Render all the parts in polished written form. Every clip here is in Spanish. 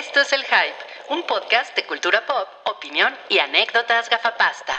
Esto es El Hype, un podcast de cultura pop, opinión y anécdotas gafapasta.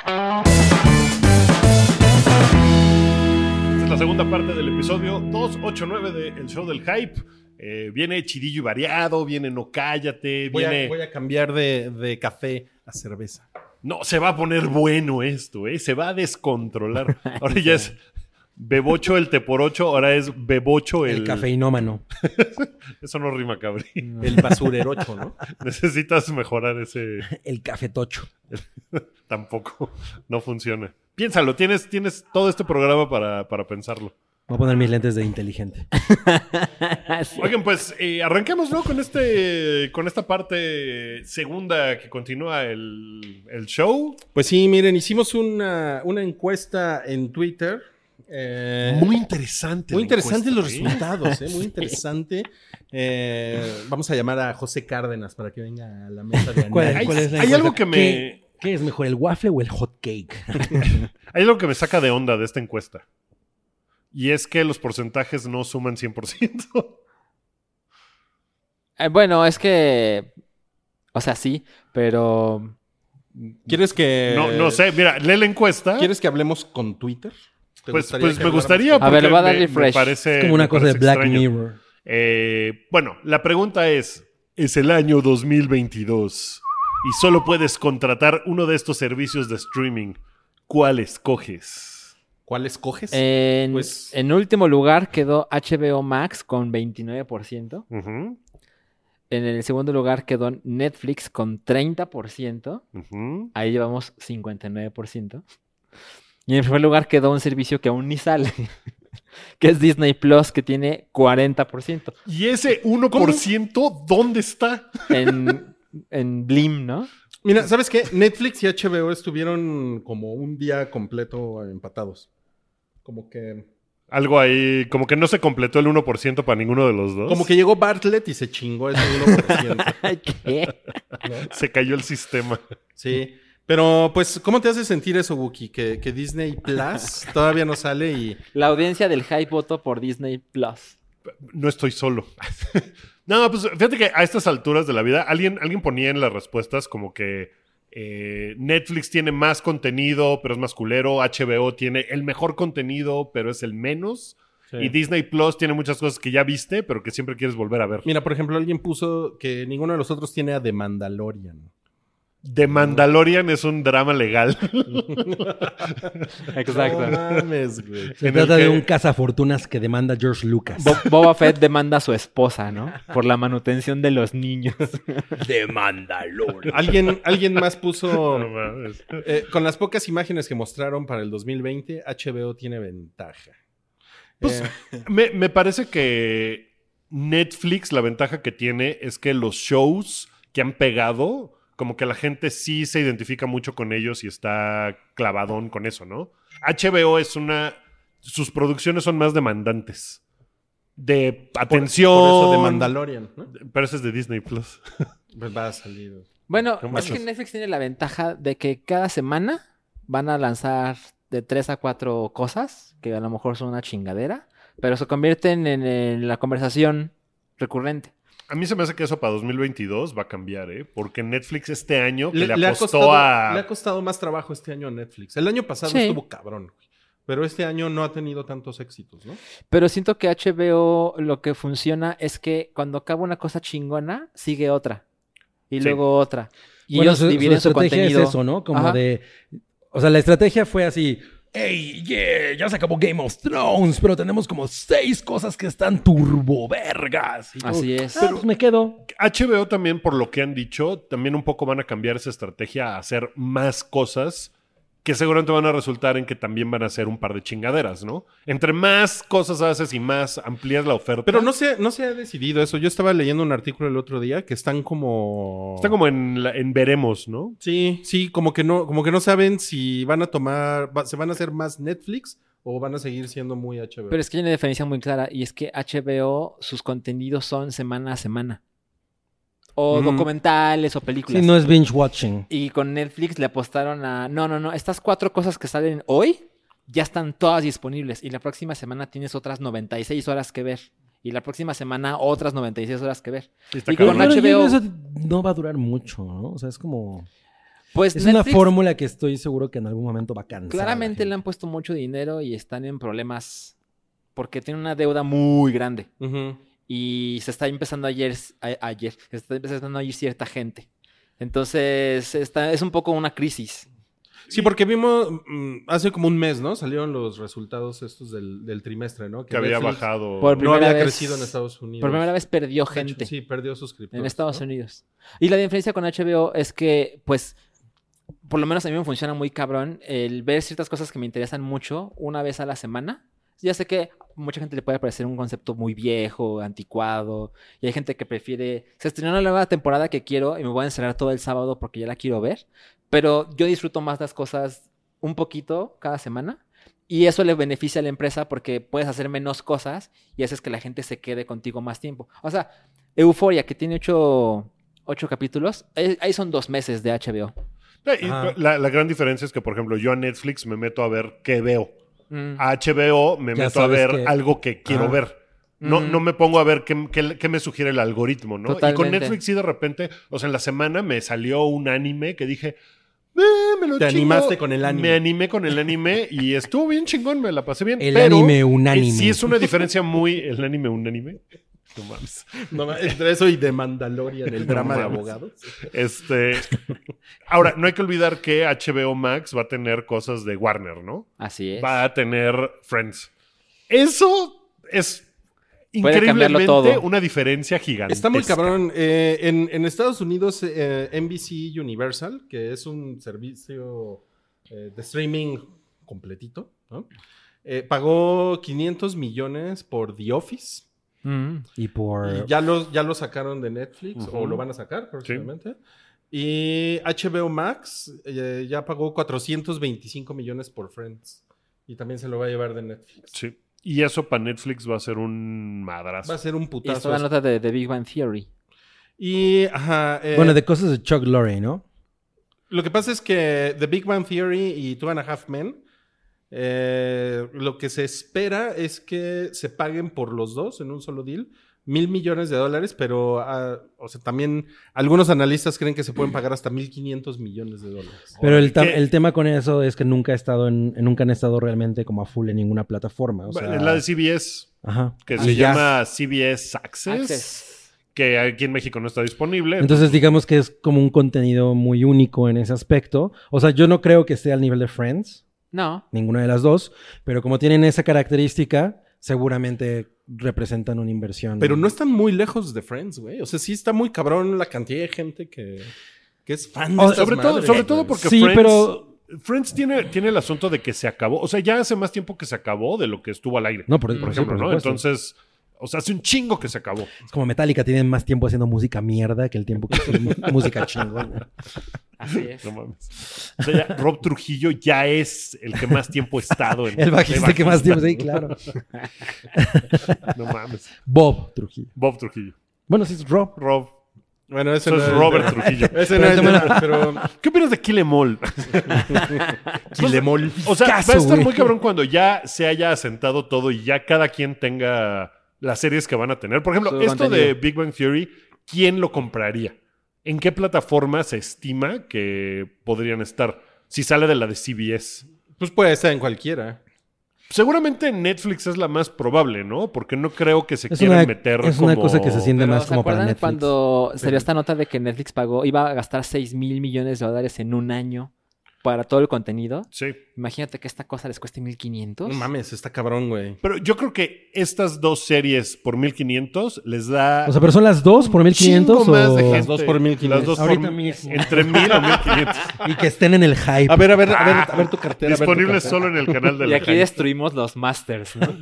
Esta es la segunda parte del episodio 289 de El Show del Hype. Viene chidillo y variado, viene no cállate, Voy viene... a cambiar de café a cerveza. No, se va a poner bueno esto, se va a descontrolar. Ahora ya es Bebocho el Teporocho, ahora es Bebocho El cafeinómano. Eso no rima, cabrón. El basurerocho, ¿no? Necesitas mejorar ese... El cafetocho. Tampoco, no funciona. Piénsalo, tienes todo este programa para pensarlo. Voy a poner mis lentes de inteligente. Sí. Oigan, pues arranquemos, ¿no? Con esta parte segunda que continúa el show. Pues sí, miren, hicimos una encuesta en Twitter. Muy interesante. Muy interesantes los encuesta, resultados, muy interesante. Vamos a llamar a José Cárdenas para que venga a la mesa de ¿Cuál análisis. es la Hay encuesta? algo que me... ¿Qué es mejor, el waffle o el hot cake? Hay algo que me saca de onda de esta encuesta. Y es que los porcentajes no suman 100%. Bueno, es que... O sea, sí, pero... ¿Quieres que... No sé, mira, lee la encuesta. ¿Quieres que hablemos con Twitter? ¿Te Pues gustaría que me habláramos gustaría con- A ver, porque le voy a dar me refresh. parece... Es como una me cosa de parece Black extraño. Mirror. Bueno, la pregunta es el año 2022 y solo puedes contratar uno de estos servicios de streaming. ¿Cuál escoges? ¿Cuál escoges? En último lugar quedó HBO Max con 29%. Ujú, En el segundo lugar quedó Netflix con 30%. ujú. Ahí llevamos 59%. Y en el primer lugar quedó un servicio que aún ni sale, que es Disney Plus, que tiene 40%. ¿Y ese 1% dónde está? En Blim, ¿no? Mira, ¿sabes qué? Netflix y HBO estuvieron como un día completo empatados. Como que... Algo ahí, como que no se completó el 1% para ninguno de los dos. Como que llegó Bartlett y se chingó ese 1%. ¿Qué? se cayó el sistema. Sí. Pero, pues, ¿cómo te hace sentir eso, Wookie? Que Disney Plus todavía no sale y... La audiencia del Hype votó por Disney Plus. No estoy solo. No, pues fíjate que a estas alturas de la vida, alguien ponía en las respuestas como que Netflix tiene más contenido, pero es más culero. HBO tiene el mejor contenido, pero es el menos. Sí. Y Disney Plus tiene muchas cosas que ya viste, pero que siempre quieres volver a ver. Mira, por ejemplo, alguien puso que ninguno de los otros tiene a The Mandalorian. The Mandalorian es un drama legal. Exacto. No mames, güey. Se En trata el de que- un cazafortunas que demanda George Lucas. Boba Fett demanda a su esposa, ¿no? Por la manutención de los niños. De Mandalorian. Alguien más puso... No mames. con las pocas imágenes que mostraron para el 2020, HBO tiene ventaja. Pues, me parece que Netflix, la ventaja que tiene es que los shows que han pegado, como que la gente sí se identifica mucho con ellos y está clavadón con eso, ¿no? HBO es sus producciones son más demandantes. De atención. Por eso de Mandalorian, ¿no? Pero ese es de Disney Plus. Pues va a salir. Bueno, No es manches. que Netflix tiene la ventaja de que cada semana van a lanzar de 3 a 4 cosas, que a lo mejor son una chingadera, pero se convierten en la conversación recurrente. A mí se me hace que eso para 2022 va a cambiar, ¿eh? Porque Netflix este año que le Le apostó ha costado más trabajo este año a Netflix. El año pasado Sí. estuvo cabrón, güey. Pero este año no ha tenido tantos éxitos, ¿no? Pero siento que HBO lo que funciona es que cuando acaba una cosa chingona, sigue otra. Y Sí. luego otra. Y Bueno, ellos dividen su estrategia contenido. es eso, ¿no? Como Ajá. de... O sea, la estrategia fue así... ¡Ey, yeah! Ya se acabó Game of Thrones, pero tenemos como 6 cosas que están turbovergas. Y tú, Así es. Pues me quedo. HBO también, por lo que han dicho, también un poco van a cambiar esa estrategia a hacer más cosas que seguramente van a resultar en que también van a hacer un par de chingaderas, ¿no? Entre más cosas haces y más amplías la oferta. Pero no se ha decidido eso. Yo estaba leyendo un artículo el otro día que están como... Está como en veremos, ¿no? Sí, como que no saben si van a se van a hacer más Netflix o van a seguir siendo muy HBO. Pero es que hay una diferencia muy clara y es que HBO, sus contenidos son semana a semana. O documentales o películas. Sí, no es binge watching. Y con Netflix le apostaron a... No. Estas 4 cosas que salen hoy ya están todas disponibles. Y la próxima semana tienes otras 96 horas que ver. Y la próxima semana otras 96 horas que ver. Sí, está Y cabrón. con Pero yo HBO, creo que eso no va a durar mucho, ¿no? O sea, es como... pues Es una Netflix fórmula que estoy seguro que en algún momento va a cansar. claramente le han puesto mucho dinero y están en problemas porque tienen una deuda muy grande. Ujú. Y se está empezando se está empezando a ir cierta gente. Entonces, es un poco una crisis. Sí, porque vimos hace como un mes, ¿no? Salieron los resultados estos del trimestre, ¿no? Que había Netflix bajado. Por no primera había vez- crecido en Estados Unidos. Por primera vez perdió De hecho, gente sí, perdió suscriptores. en Estados ¿no? Unidos. Y la diferencia con HBO es que, pues, por lo menos a mí me funciona muy cabrón el ver ciertas cosas que me interesan mucho una vez a la semana. Ya sé que a mucha gente le puede parecer un concepto muy viejo, anticuado, y hay gente que prefiere, se estrenó una nueva temporada que quiero y me voy a encerrar todo el sábado porque ya la quiero ver, pero yo disfruto más las cosas un poquito cada semana y eso le beneficia a la empresa porque puedes hacer menos cosas y haces que la gente se quede contigo más tiempo. O sea, Euphoria, que tiene 8 capítulos, ahí son 2 meses de HBO. Y Ajá. la gran diferencia es que, por ejemplo, yo a Netflix me meto a ver qué veo. Mm. A HBO me Ya meto a sabes ver que- algo que quiero ver. No, Mm. no me pongo a ver qué me sugiere el algoritmo, ¿no? Y con Totalmente. Netflix sí de repente, o sea, en la semana me salió un anime que dije, me lo Te chingo". animaste con el anime. Me animé con el anime y estuvo bien chingón, me la pasé bien. El pero anime unánime. Sí es una diferencia muy... ¿El anime unánime? No mames. No, entre eso y de Mandalorian, el drama de mames. abogados. Ahora, no hay que olvidar que HBO Max va a tener cosas de Warner, ¿no? Así es. Va a tener Friends. Eso es Puede cambiarlo increíblemente todo. una diferencia gigantesca. Está muy cabrón. En Estados Unidos, NBC Universal, que es un servicio de streaming completito, ¿no? Pagó 500 millones por The Office. Mm. Y por... Y ya lo sacaron de Netflix, Ujú. o lo van a sacar próximamente. Y HBO Max ya pagó 425 millones por Friends. Y también se lo va a llevar de Netflix. Sí. Y eso para Netflix va a ser un madrazo. Va a ser un Y está putazo. la nota de Big Bang Theory. Y, ajá, Bueno, de cosas de Chuck Lorre, ¿no? lo que pasa es que The Big Bang Theory y Two and a Half Men, lo que se espera es que se paguen por los dos en un solo deal $1,000 millones, pero o sea, también algunos analistas creen que se pueden pagar hasta $1,500 millones. Pero ¿Qué? el tema con eso es que nunca han estado realmente como a full en ninguna plataforma. O sea, Es la de CBS, Ajá. que Y se ya. llama CBS Access, que aquí en México no está disponible. Entonces digamos que es como un contenido muy único en ese aspecto. O sea, yo no creo que esté al nivel de Friends, No. ninguna de las dos, pero como tienen esa característica, seguramente representan una inversión. Pero no están muy lejos de Friends, güey. O sea, sí está muy cabrón la cantidad de gente que es fan de estas madres, sobre todo güey. porque Sí, Friends, pero- Friends tiene el asunto de que se acabó. O sea, ya hace más tiempo que se acabó de lo que estuvo al aire. No, por por sí, ejemplo, por ¿no? supuesto. Entonces, o sea, hace un chingo que se acabó. Es como Metallica, tienen más tiempo haciendo música mierda que el tiempo que hacen música chingona. Así es. No mames. O sea, ya Rob Trujillo ya es el que más tiempo ha estado en El bajista que más tiempo, sí, claro. No mames. Bob Trujillo. Bob Trujillo. Bueno, sí es Rob. Rob. Bueno, ese Eso no es es Robert Trujillo. Ese no es Pero tema, pero ¿Qué opinas de Kill Em All? Quilemol. O sea, Caso, va a estar güey. muy cabrón cuando ya se haya asentado todo y ya cada quien tenga las series que van a tener. Por ejemplo, Su esto contenido. de Big Bang Theory, ¿quién lo compraría? ¿En qué plataforma se estima que podrían estar? Si sale de la de CBS. Pues puede estar en cualquiera. Seguramente Netflix es la más probable, ¿no? Porque no creo que se Es quieran una, meter es como... una cosa que se siente Pero, más ¿se como para acuerdan Netflix. cuando salió esta nota de que Netflix iba a gastar $6,000 millones en un año para todo el contenido? Sí. Imagínate que esta cosa les cueste 1,500. No mames, está cabrón, güey. Pero yo creo que estas dos series por 1,500 les da... O sea, pero son las dos por 1,500 chingo más o... de gente. Las dos por 1,500. Las dos por... Ahorita mismo. Entre 1,000 o 1,500. Y que estén en el hype. A ver tu cartera. Disponible solo en el canal de Y la aquí calle. destruimos los masters, ¿no?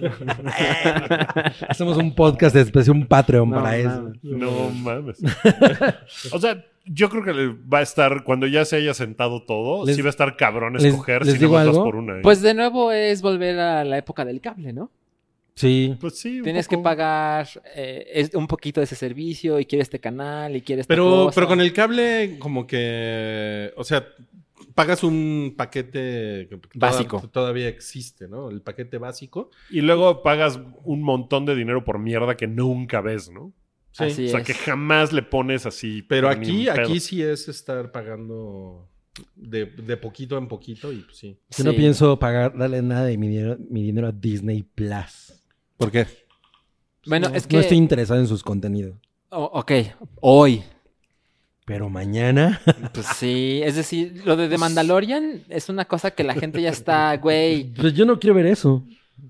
Hacemos un podcast de especie, un Patreon No, para eso. mames. No mames. O sea, yo creo que va a estar, cuando ya se haya sentado todo, Les- sí va a estar cabrón les- escoger les si digo no dos algo. por una. ¿eh? Pues de nuevo es volver a la época del cable, ¿no? Sí. Pues sí, un Tienes poco. que pagar un poquito de ese servicio y quieres este canal y quieres esta Pero cosa. con el cable, como que. O sea, pagas un paquete que Básico. todavía existe, ¿no? El paquete básico. Y luego pagas un montón de dinero por mierda que nunca ves, ¿no? Sí. Así O sea, es. que jamás le pones así. Pero ni un pedo. aquí sí es estar pagando de poquito en poquito y pues sí. Yo no Sí. pienso darle nada de mi dinero a Disney Plus. ¿Por qué? Bueno, no, es que... no estoy interesado en sus contenidos. Ok, hoy. Pero mañana... Pues sí, es decir, lo de The Mandalorian es una cosa que la gente ya está, güey. Pues yo no quiero ver eso.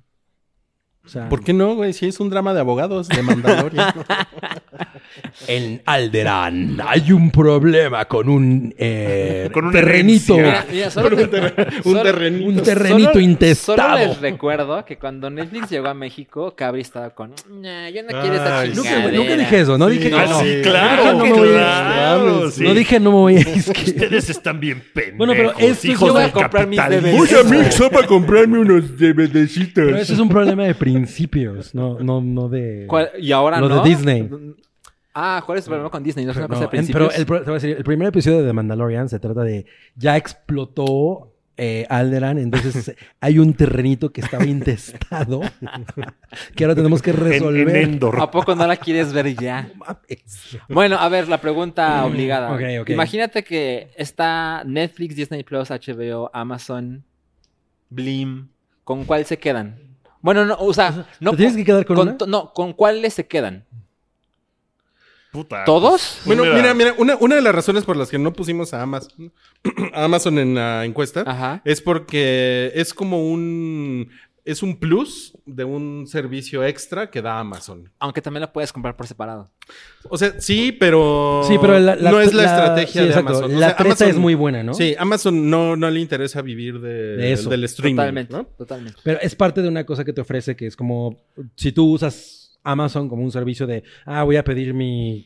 O sea, ¿Por qué no, güey? Si es un drama de abogados de Mandalorian. en Alderaan hay un problema con un Con una terrenito. herencia. Mira, solo un terrenito. Un terrenito intestado. Solo les recuerdo que cuando Netflix llegó a México, Cabri estaba con, "Nah, yo no quiero esta Ay, chingadera". Nunca dije eso, no Sí. dije que Ah, no. sí, claro, No me voy a- claro. sí. No dije no me voy a inscribir. Ustedes están bien pendejos. Bueno, pero esto hijos yo voy a del comprar mis capitalismo. DVDs. Oye, amigo, para comprarme unos DVDcitos. Pero eso es un problema de principios, no de... Y ahora Lo no. de Disney. ¿Cuál es el problema con Disney? No es una cosa de No, principios. pero te voy a decir, el primer episodio de The Mandalorian se trata de ya explotó Alderaan, entonces hay un terrenito que estaba intestado que ahora tenemos que En resolver. Endor. ¿A poco no la quieres ver ya? Bueno, a ver, la pregunta obligada. ok, ok. Imagínate que está Netflix, Disney Plus, HBO, Amazon, Blim. ¿con cuál se quedan? Bueno, no, o sea, no. ¿Te tienes que quedar con una? No, ¿con cuáles se quedan? Puta, ¿Todos? pues, Bueno, mira, una de las razones por las que no pusimos a Amazon, a Amazon en la encuesta Ajá. es porque es como es un plus de un servicio extra que da Amazon. Aunque también la puedes comprar por separado. O sea, sí, pero, Sí, pero no es la estrategia sí, de exacto. Amazon. O La sea, treta Amazon- es muy buena, ¿no? Sí, Amazon no le interesa vivir De eso. del streaming. Totalmente, ¿no? totalmente. Pero es parte de una cosa que te ofrece que es como si tú usas Amazon como un servicio de, voy a pedir mi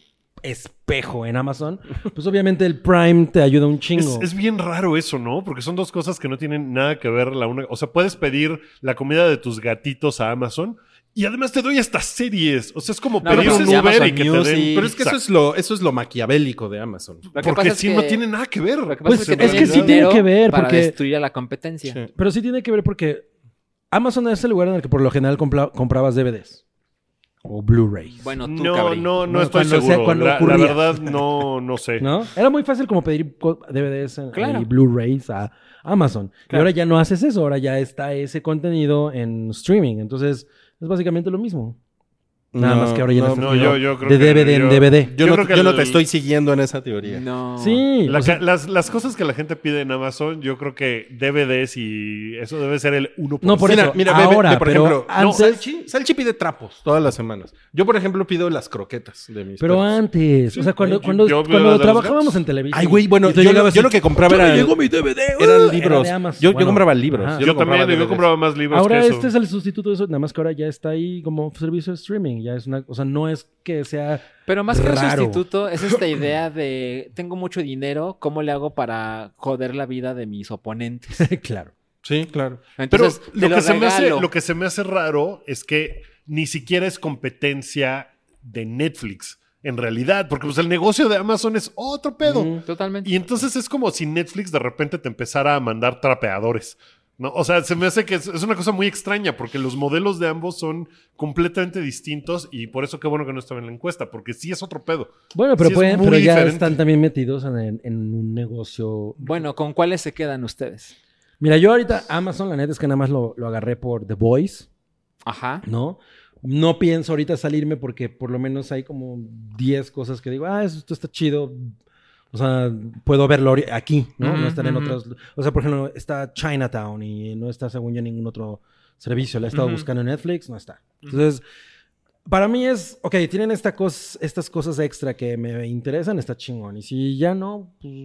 espejo en Amazon, pues obviamente el Prime te ayuda un chingo. Es bien raro eso, ¿no? Porque son dos cosas que no tienen nada que ver la una. O sea, puedes pedir la comida de tus gatitos a Amazon y además te doy estas series. O sea, es como No, pedir pero un pues es Uber Amazon y que Music. te den. Pero es que eso es lo maquiavélico de Amazon. Lo que Porque pasa es sí, que- no tiene nada que ver. Lo que pasa Pues es que, es que tienen sí tiene dinero que ver, para porque- destruir a la competencia. Sí. Pero sí tiene que ver porque Amazon es el lugar en el que por lo general comprabas DVDs o Blu-rays. Bueno, tú, No, cabrín. no Bueno, estoy cuando seguro. cuando La ocurría. verdad, no sé. ¿No? Era muy fácil como pedir DVDs Claro. y Blu-rays a Amazon. Y Claro. ahora ya no haces eso, ahora ya está ese contenido en streaming. Entonces, es básicamente lo mismo. Nada más que ahora ya no, no, yo creo de que DVD en yo- DVD. Yo, Yo no, creo que yo no el- te estoy siguiendo en esa teoría. No. Sí. o sea, Las cosas que la gente pide en Amazon, yo creo que DVDs y eso debe ser el 1%. No, por eso. Mira, ahora, por pero ejemplo, antes- Salchi pide trapos todas las semanas. Yo, por ejemplo, pido las croquetas de mis pero perros. antes, o sea, cuando, yo- cuando, yo cuando de los trabajábamos gatos. en televisión. Ay, güey, bueno, y tú yo llegabas lo y, que compraba "Ya me era- llegó mi DVD. eran libros. de Amazon. Yo Bueno, compraba libros. ajá. Yo no compraba también, yo DVDs. compraba más libros Ahora que eso. este es el sustituto de eso, nada más que ahora ya está ahí como servicio de streaming. Ya es una, o sea, no es que sea Pero más que un raro. sustituto, es esta idea de tengo mucho dinero, ¿cómo le hago para joder la vida de mis oponentes? claro. Sí, claro. Pero Entonces, te lo que, se me hace, regalo. lo que se me hace raro es que ni siquiera es competencia de Netflix, en realidad, porque pues el negocio de Amazon es otro pedo. Totalmente. Y entonces es como si Netflix de repente te empezara a mandar trapeadores. ¿No? O sea, se me hace que es una cosa muy extraña porque los modelos de ambos son completamente distintos y por eso qué bueno que no estaba en la encuesta, porque sí es otro pedo. Bueno, pero, Sí, es muy pero ya diferente. están también metidos en un negocio. Bueno, ¿con cuáles se quedan ustedes? Mira, yo ahorita Amazon, la neta es que nada más lo agarré por The Voice, Ajá. ¿no? No pienso ahorita salirme porque por lo menos hay como 10 cosas que digo, esto está chido. O sea, puedo verlo aquí, ¿no? Ujú, No estar en ujú. otros... O sea, por ejemplo, está Chinatown y no está, según yo, en ningún otro servicio. La he estado Ujú. buscando en Netflix, no está. Entonces, para mí es... Ok, tienen estas cosas extra que me interesan, está chingón. Y si ya no, pues...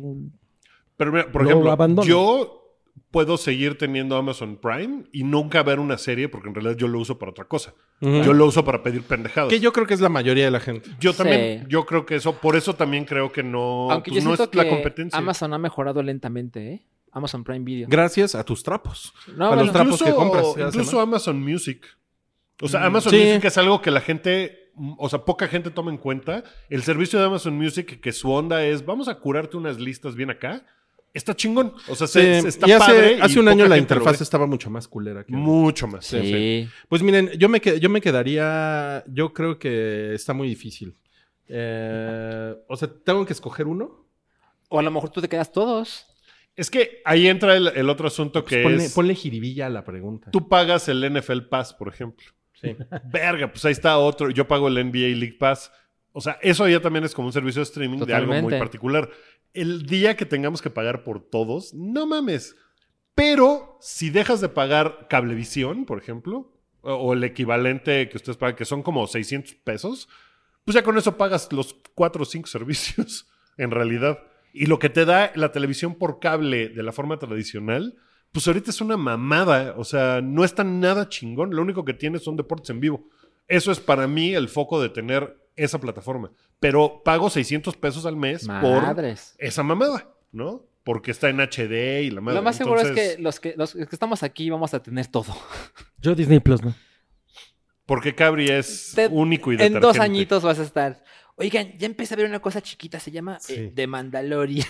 Pero mira, por Lo ejemplo, abandono. yo puedo seguir teniendo Amazon Prime y nunca ver una serie porque en realidad yo lo uso para otra cosa. Ujú. Yo lo uso para pedir pendejadas. Que yo creo que es la mayoría de la gente. Yo también, Sí. yo creo que eso, por eso también creo que no, Aunque pues yo no siento es la que competencia. Amazon ha mejorado lentamente, ¿eh? Amazon Prime Video. Gracias a tus trapos. No, a bueno, los trapos que compras. cada Incluso semana. Amazon Music. O sea, Amazon Sí. Music es algo que la gente, o sea, poca gente toma en cuenta. El servicio de Amazon Music, que su onda es, vamos a curarte unas listas bien acá, está chingón. O sea, Sí, está y padre. y hace un año poca la gente lo interfaz ve. estaba mucho más culera que ahora. Mucho más. Sí. Pues miren, yo me quedaría. Yo creo que está muy difícil. O sea, tengo que escoger uno. O a lo mejor tú te quedas todos. Es que ahí entra el otro asunto que Pues es... ponle jiribilla a la pregunta. Tú pagas el NFL Pass, por ejemplo. Sí. Verga, pues ahí está otro. Yo pago el NBA League Pass. O sea, eso ya también es como un servicio de streaming de algo muy Totalmente. particular. El día que tengamos que pagar por todos, no mames. Pero si dejas de pagar Cablevisión, por ejemplo, o el equivalente que ustedes pagan, que son como 600 pesos, pues ya con eso pagas los 4 o 5 servicios, en realidad. Y lo que te da la televisión por cable de la forma tradicional, pues ahorita es una mamada. O sea, no está nada chingón. Lo único que tiene son deportes en vivo. Eso es para mí el foco de tener esa plataforma. Pero pago 600 pesos al mes por Madres. esa mamada, ¿no? Porque está en HD y la madre. Lo más seguro Entonces, es que los que estamos aquí vamos a tener todo. Yo Disney Plus, ¿no? Porque Cabri es Te- único y En 2 detergente. añitos vas a estar. Oigan, ya empecé a ver una cosa chiquita, se llama Sí. The Mandalorian.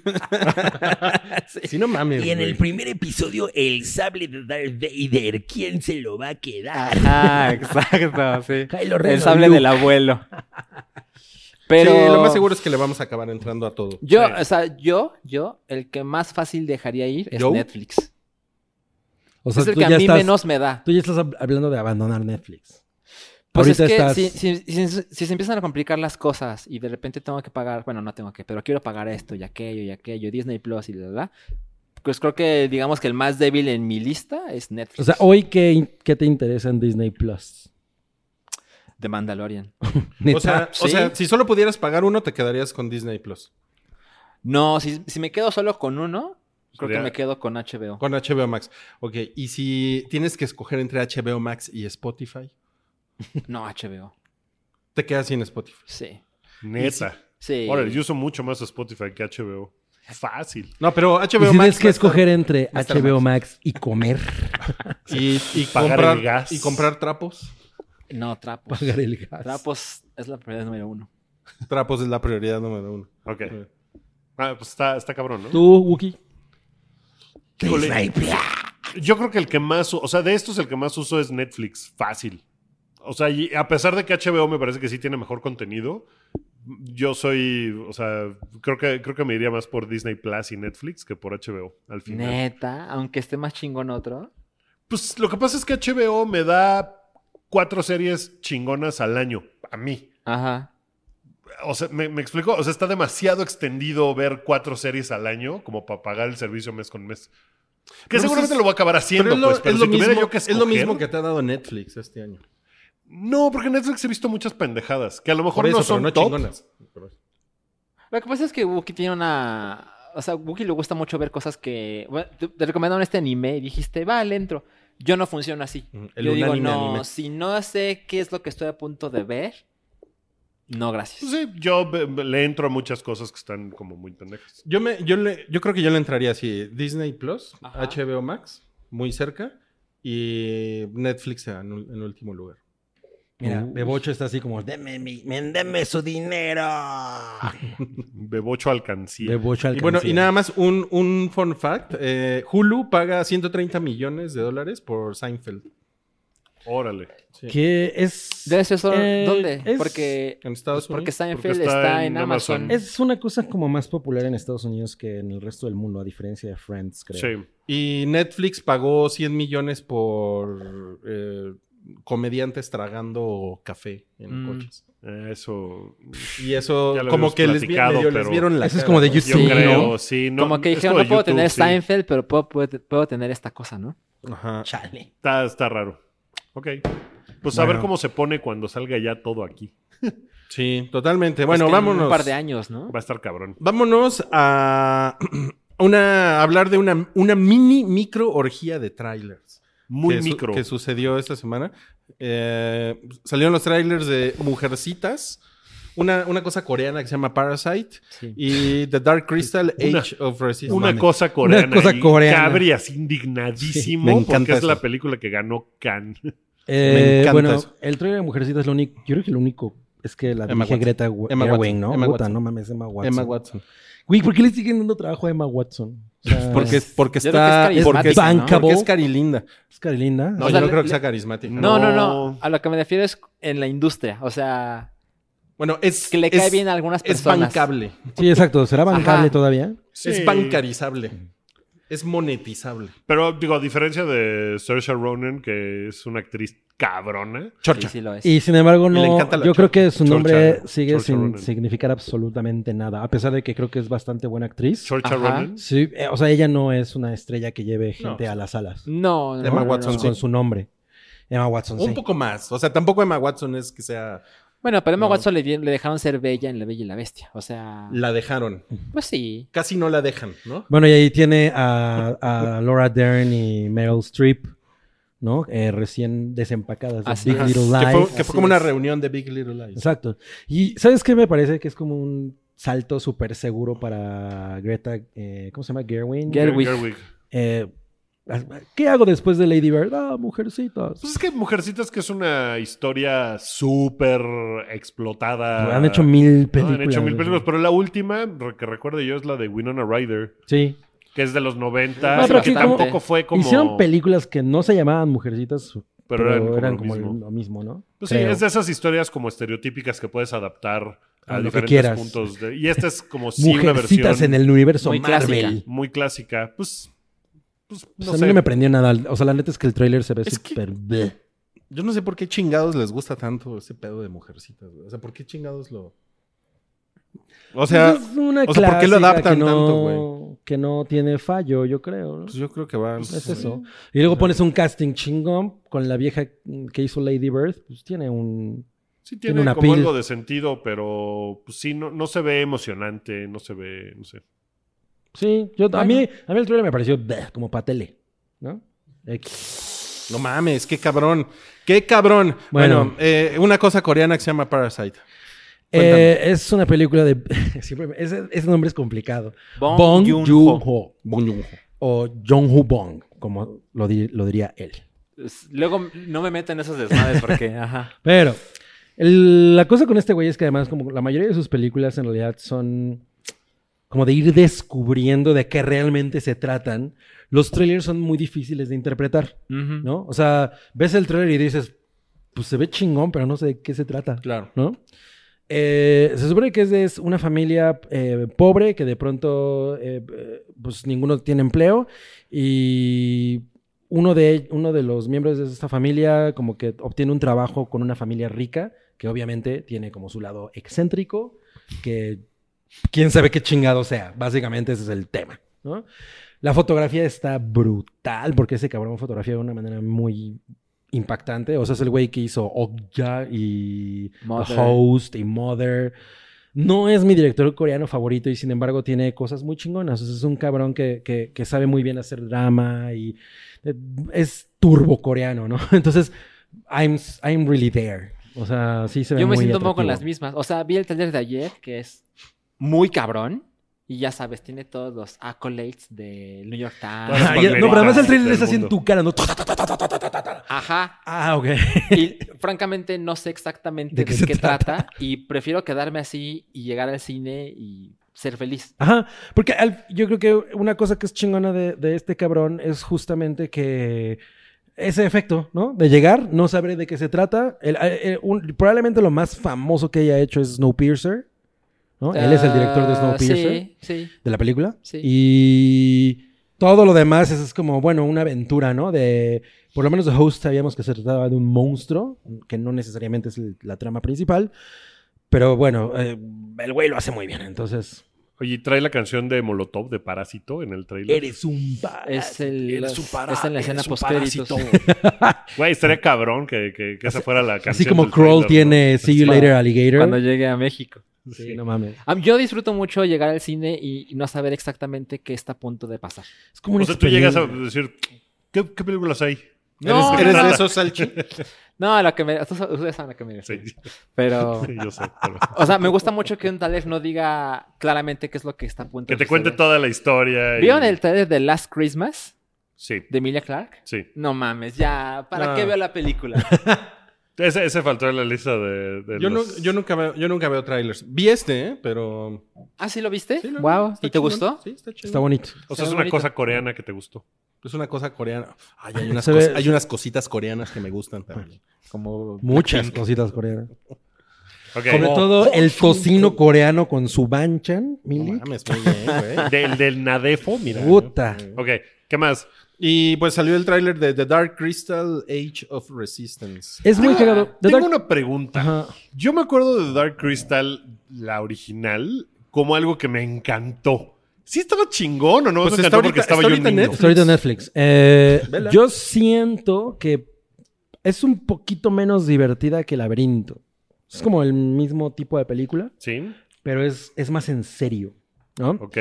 Sí. Si no mames. Y en el güey. primer episodio, el sable de Darth Vader, ¿quién se lo va a quedar? Ah, exacto, sí. Kylo Ren El o sable Luke. del abuelo. Pero Sí, lo más seguro es que le vamos a acabar entrando a todo. Yo, Sí. o sea, yo, el que más fácil dejaría ir es ¿Yo? Netflix. O sea, Es el tú que a ya mí estás, menos me da. tú ya estás hablando de abandonar Netflix. Pues Ahorita es que estás... si se empiezan a complicar las cosas y de repente tengo que pagar, bueno, no tengo que, pero quiero pagar esto y aquello, Disney Plus y bla, pues creo que digamos que el más débil en mi lista es Netflix. O sea, hoy, ¿qué te interesa en Disney Plus? The Mandalorian. ¿Neta? O sea, si solo pudieras pagar uno, te quedarías con Disney Plus. No, si me quedo solo con uno, creo Sería- que me quedo con HBO. Con HBO Max. Ok, y si tienes que escoger entre HBO Max y Spotify, No, HBO. te quedas sin Spotify. Sí. Neta. Sí. Órale, yo uso mucho más Spotify que HBO. Fácil. No, pero HBO y si Max. tienes que va a estar- escoger entre va a estar HBO Max y comer, y Pagar el gas. comprar trapos. No, trapos. pagar el gas. Trapos es la prioridad número 1. Trapos es la prioridad número 1. Ok. Ah, pues está cabrón, ¿no? ¿Tú, Wookie? Disney Plus. Yo creo que el que más... O sea, de estos el que más uso es Netflix. Fácil. O sea, y a pesar de que HBO me parece que sí tiene mejor contenido, yo soy... O sea, creo que me iría más por Disney Plus y Netflix que por HBO al final. Neta, aunque esté más chingón otro. Pues lo que pasa es que HBO me da 4 series chingonas al año. A mí. Ajá. O sea, ¿me explico? O sea, está demasiado extendido ver 4 series al año como para pagar el servicio mes con mes. Que Pero seguramente pues es- lo voy a acabar haciendo, Pero pero es si lo tuviera mismo, yo que es escoger... lo mismo que te ha dado Netflix este año. No, porque en Netflix he visto muchas pendejadas que a lo mejor Por eso, no son pero no top. chingonas. Lo que pasa es que Wookie tiene una... O sea, Wookie le gusta mucho ver cosas que... Bueno, te recomendaron este anime y dijiste, va, le entro. Yo no funciono así. El Yo digo, unánime no, anime. si no sé qué es lo que estoy a punto de ver, no, gracias. Pues sí, yo le entro a muchas cosas que están como muy pendejas. Yo creo que yo le entraría así: Disney Plus, Ajá. HBO Max, muy cerca, y Netflix en último lugar. Mira, Bebocho está así como... Deme su dinero. Bebocho alcancía. Bebocho Y bueno, alcancía. y nada más un fun fact: Hulu paga $130 millones por Seinfeld. Órale. Sí. Que es... Debe ser solo... eh, ¿Dónde? es- Porque... En Estados Porque Unidos. Seinfeld Porque está está en en Amazon. Amazon. Es una cosa como más popular en Estados Unidos que en el resto del mundo, a diferencia de Friends, creo. Sí. Y Netflix pagó $100 millones por comediantes tragando café en coches. Eso. Y eso Ya lo como habíamos que platicado, les pero- vieron la Eso es cara, como de ¿no? YouTube. Yo Sí, creo, ¿no? sí. No, Como que es dijeron, como no puedo YouTube, tener sí. Seinfeld, pero puedo tener esta cosa, ¿no? Ajá. Chale. Está raro. Ok. Pues a ver Bueno. cómo se pone cuando salga ya todo aquí. Sí, totalmente. Bueno, Es que en vámonos. un par de años, ¿no? Va a estar cabrón. Vámonos a hablar de una micro orgía de trailers. Muy que micro. que sucedió esta semana. Salieron los trailers de Mujercitas, una cosa coreana que se llama Parasite, Sí. y The Dark Crystal Una- Age of Resistance. Una Mames. cosa coreana. Una cosa y coreana. Cabri así indignadísimo Sí, me encanta porque es eso. la película que ganó Cannes. Me encanta Bueno, eso. el trailer de Mujercita es lo único, yo creo que lo único Es que la Emma dirige Watson. Greta Emma Gerwig, Watson. ¿no? Emma Puta, Watson. no mames, Emma Watson. Emma Watson. Güey, ¿por qué le siguen dando trabajo a Emma Watson? O sea, Porque Yo creo que es está... carismática, Porque es, ¿no? bancable. porque es carilinda. es carilinda. No, O yo sea, no le- creo que sea carismática. No. A lo que me refiero es en la industria. O sea, Bueno, es... que le cae bien a algunas Es personas. bancable. Sí, exacto. ¿Será bancable Ajá. todavía? Sí. Es bancarizable. Es monetizable. Pero, digo, a diferencia de Saoirse Ronan, que es una actriz cabrona. Sí, Chorcha. sí lo es. Y sin embargo, Y le no. encanta la Yo creo que su Saoirse- nombre sigue Saoirse sin Ronan. significar absolutamente nada. A pesar de que creo que es bastante buena actriz. Saoirse Ajá. Ronan. Sí, o sea, ella no es una estrella que lleve gente a las salas. No, Emma Watson, Con sí. su nombre. Emma Watson, Un sí. poco más. O sea, tampoco Emma Watson es que sea... Bueno, pero Emma No. Watson le dejaron ser bella en La Bella y la Bestia. O sea, La dejaron. pues sí. Casi no la dejan, ¿no? Bueno, y ahí tiene a Laura Dern y Meryl Streep, ¿no? Recién desempacadas de Así Big es. Little Que Lies. fue, así como una es. reunión de Big Little Lies. Exacto. Y ¿sabes qué me parece? Que es como un salto súper seguro para Greta, ¿cómo se llama? Gerwig. Gerwig. ¿Qué hago después de Lady Bird? Ah, Mujercitas. Pues es que Mujercitas, que es una historia súper explotada. Han hecho 1000 No, películas. han hecho 1000 películas, pero la última que recuerdo yo es la de Winona Ryder, Sí. que es de los 90, No, pero que que como- tampoco fue como... Hicieron películas que no se llamaban Mujercitas, pero eran lo como mismo. lo mismo, ¿no? Pues sí, Creo. es de esas historias como estereotípicas que puedes adaptar A a lo que diferentes quieras. puntos. Y esta es como sí una Mujercitas versión en el universo muy Marvel. clásica. muy clásica. Pues Pues no a mí sé. no me prendió nada. O sea, la neta es que el tráiler se ve Es que- súper... bleh. Yo no sé por qué chingados les gusta tanto ese pedo de Mujercitas, güey. O sea, ¿por qué chingados lo...? O sea, Pues es una o sea, ¿por qué lo clásica adaptan que no- tanto, güey? Que no tiene fallo, yo creo, ¿no? pues yo creo que va... Es eso. Y luego pones un casting chingón con la vieja que hizo Lady Bird, pues tiene un... Sí tiene tiene una como pil. algo de sentido, pero pues sí, no se ve emocionante, no se ve, no sé. Sí, a mí el trailer me pareció bleh, como pa' tele, ¿no? X. No mames, qué cabrón. ¡Qué cabrón! Bueno. Bueno, una cosa coreana que se llama Parasite. Cuéntame. Es una película de... siempre ese nombre es complicado. Bong Joon-ho. Bong Joon-ho. O Jong-Ho Bong, como lo diría él. Luego no me meto en esos desmadres porque, ajá. Pero la cosa con este güey es que además como la mayoría de sus películas en realidad son como de ir descubriendo de qué realmente se tratan. Los trailers son muy difíciles de interpretar, ¿no? O sea, ves el trailer y dices, pues se ve chingón, pero no sé de qué se trata, Claro. ¿no? Se supone que es una familia pobre que de pronto pues ninguno tiene empleo y uno de los miembros de esta familia como que obtiene un trabajo con una familia rica que obviamente tiene como su lado excéntrico, que quién sabe qué chingado sea. Básicamente ese es el tema, ¿no? La fotografía está brutal porque ese cabrón fotografía de una manera muy impactante. O sea, es el güey que hizo Okja y Mother. The Host y Mother. No es mi director coreano favorito y sin embargo tiene cosas muy chingonas. O sea, es un cabrón que sabe muy bien hacer drama y es turbo coreano, ¿no? Entonces, I'm really there. O sea, sí se ve Yo me muy siento un poco en atractivo. las mismas. O sea, vi el taller de ayer, que es muy cabrón. Y ya sabes, tiene todos los accolades del New York Todas Times. las Ah, no, pero además el trailer del es así en mundo. tu cara, ¿no? Ajá. Ah, ok. Y francamente no sé exactamente ¿De de qué se qué trata? trata. Y prefiero quedarme así y llegar al cine y ser feliz. Ajá, porque yo creo que una cosa que es chingona de este cabrón es justamente que ese efecto, ¿no? De llegar, no saber de qué se trata. Probablemente lo más famoso que haya hecho es Snowpiercer, ¿no? Él es el director de Snowpiercer, Sí, sí. de la película. Sí. Y todo lo demás es como, bueno, una aventura, ¿no? Por lo menos The Host sabíamos que se trataba de un monstruo, que no necesariamente es la trama principal. Pero bueno, el güey lo hace muy bien, entonces... Oye, ¿trae la canción de Molotov de Parásito en el trailer? Eres un Es, el, eres un es en la escena post-créditos. Güey, estaría cabrón que esa fuera la canción. Así como del Kroll trailer, tiene See You Later Alligator. Cuando llegue a México. ¿no? Sí, no mames. Yo disfruto mucho llegar al cine y no saber exactamente qué está a punto de pasar. Es como una O sea, tú llegas a experiencia. decir, ¿qué películas hay? No, ¿Eres no, de no. esos, Salchi? No, a lo que ustedes saben a lo que me refiero. Sí, Pero, sí, yo sé. pero- o sea, me gusta mucho que un trailer no diga claramente qué es lo que está a punto Que de te cuente suceder. toda la historia. y- ¿Vieron el trailer de Last Christmas Sí, de Emilia Clarke? sí. No mames, ya, ¿para No. qué veo la película? Ese faltó en la lista de Yo nunca veo trailers. Vi pero... ¿Ah, sí lo viste? Sí, lo vi. Wow. Está ¿Y te chingón. gustó? Sí, está chido. Está bonito. O sea, es Está una bonito. cosa coreana que te gustó. Es una cosa coreana. Ay, hay unas cositas coreanas que me gustan también. Como Muchas cositas coreanas. Ok. Sobre todo el tocino coreano con su banchan, No Mili. mames, muy bien, güey. Del Nadefo, mira. Puta. Ok, ¿qué más? Y pues salió el tráiler de The Dark Crystal Age of Resistance. Es muy cagado. The Tengo Dark- una pregunta. Ajá. Yo me acuerdo de Dark Crystal, la original, como algo que me encantó. ¿Sí estaba chingón o no? Pues me está encantó porque ahorita- estaba está yo ahorita en niño. Netflix. Está ahorita en Netflix. Vela. Yo siento que es un poquito menos divertida que Laberinto. Es como el mismo tipo de película, Sí, pero es más en serio, ¿no? ok.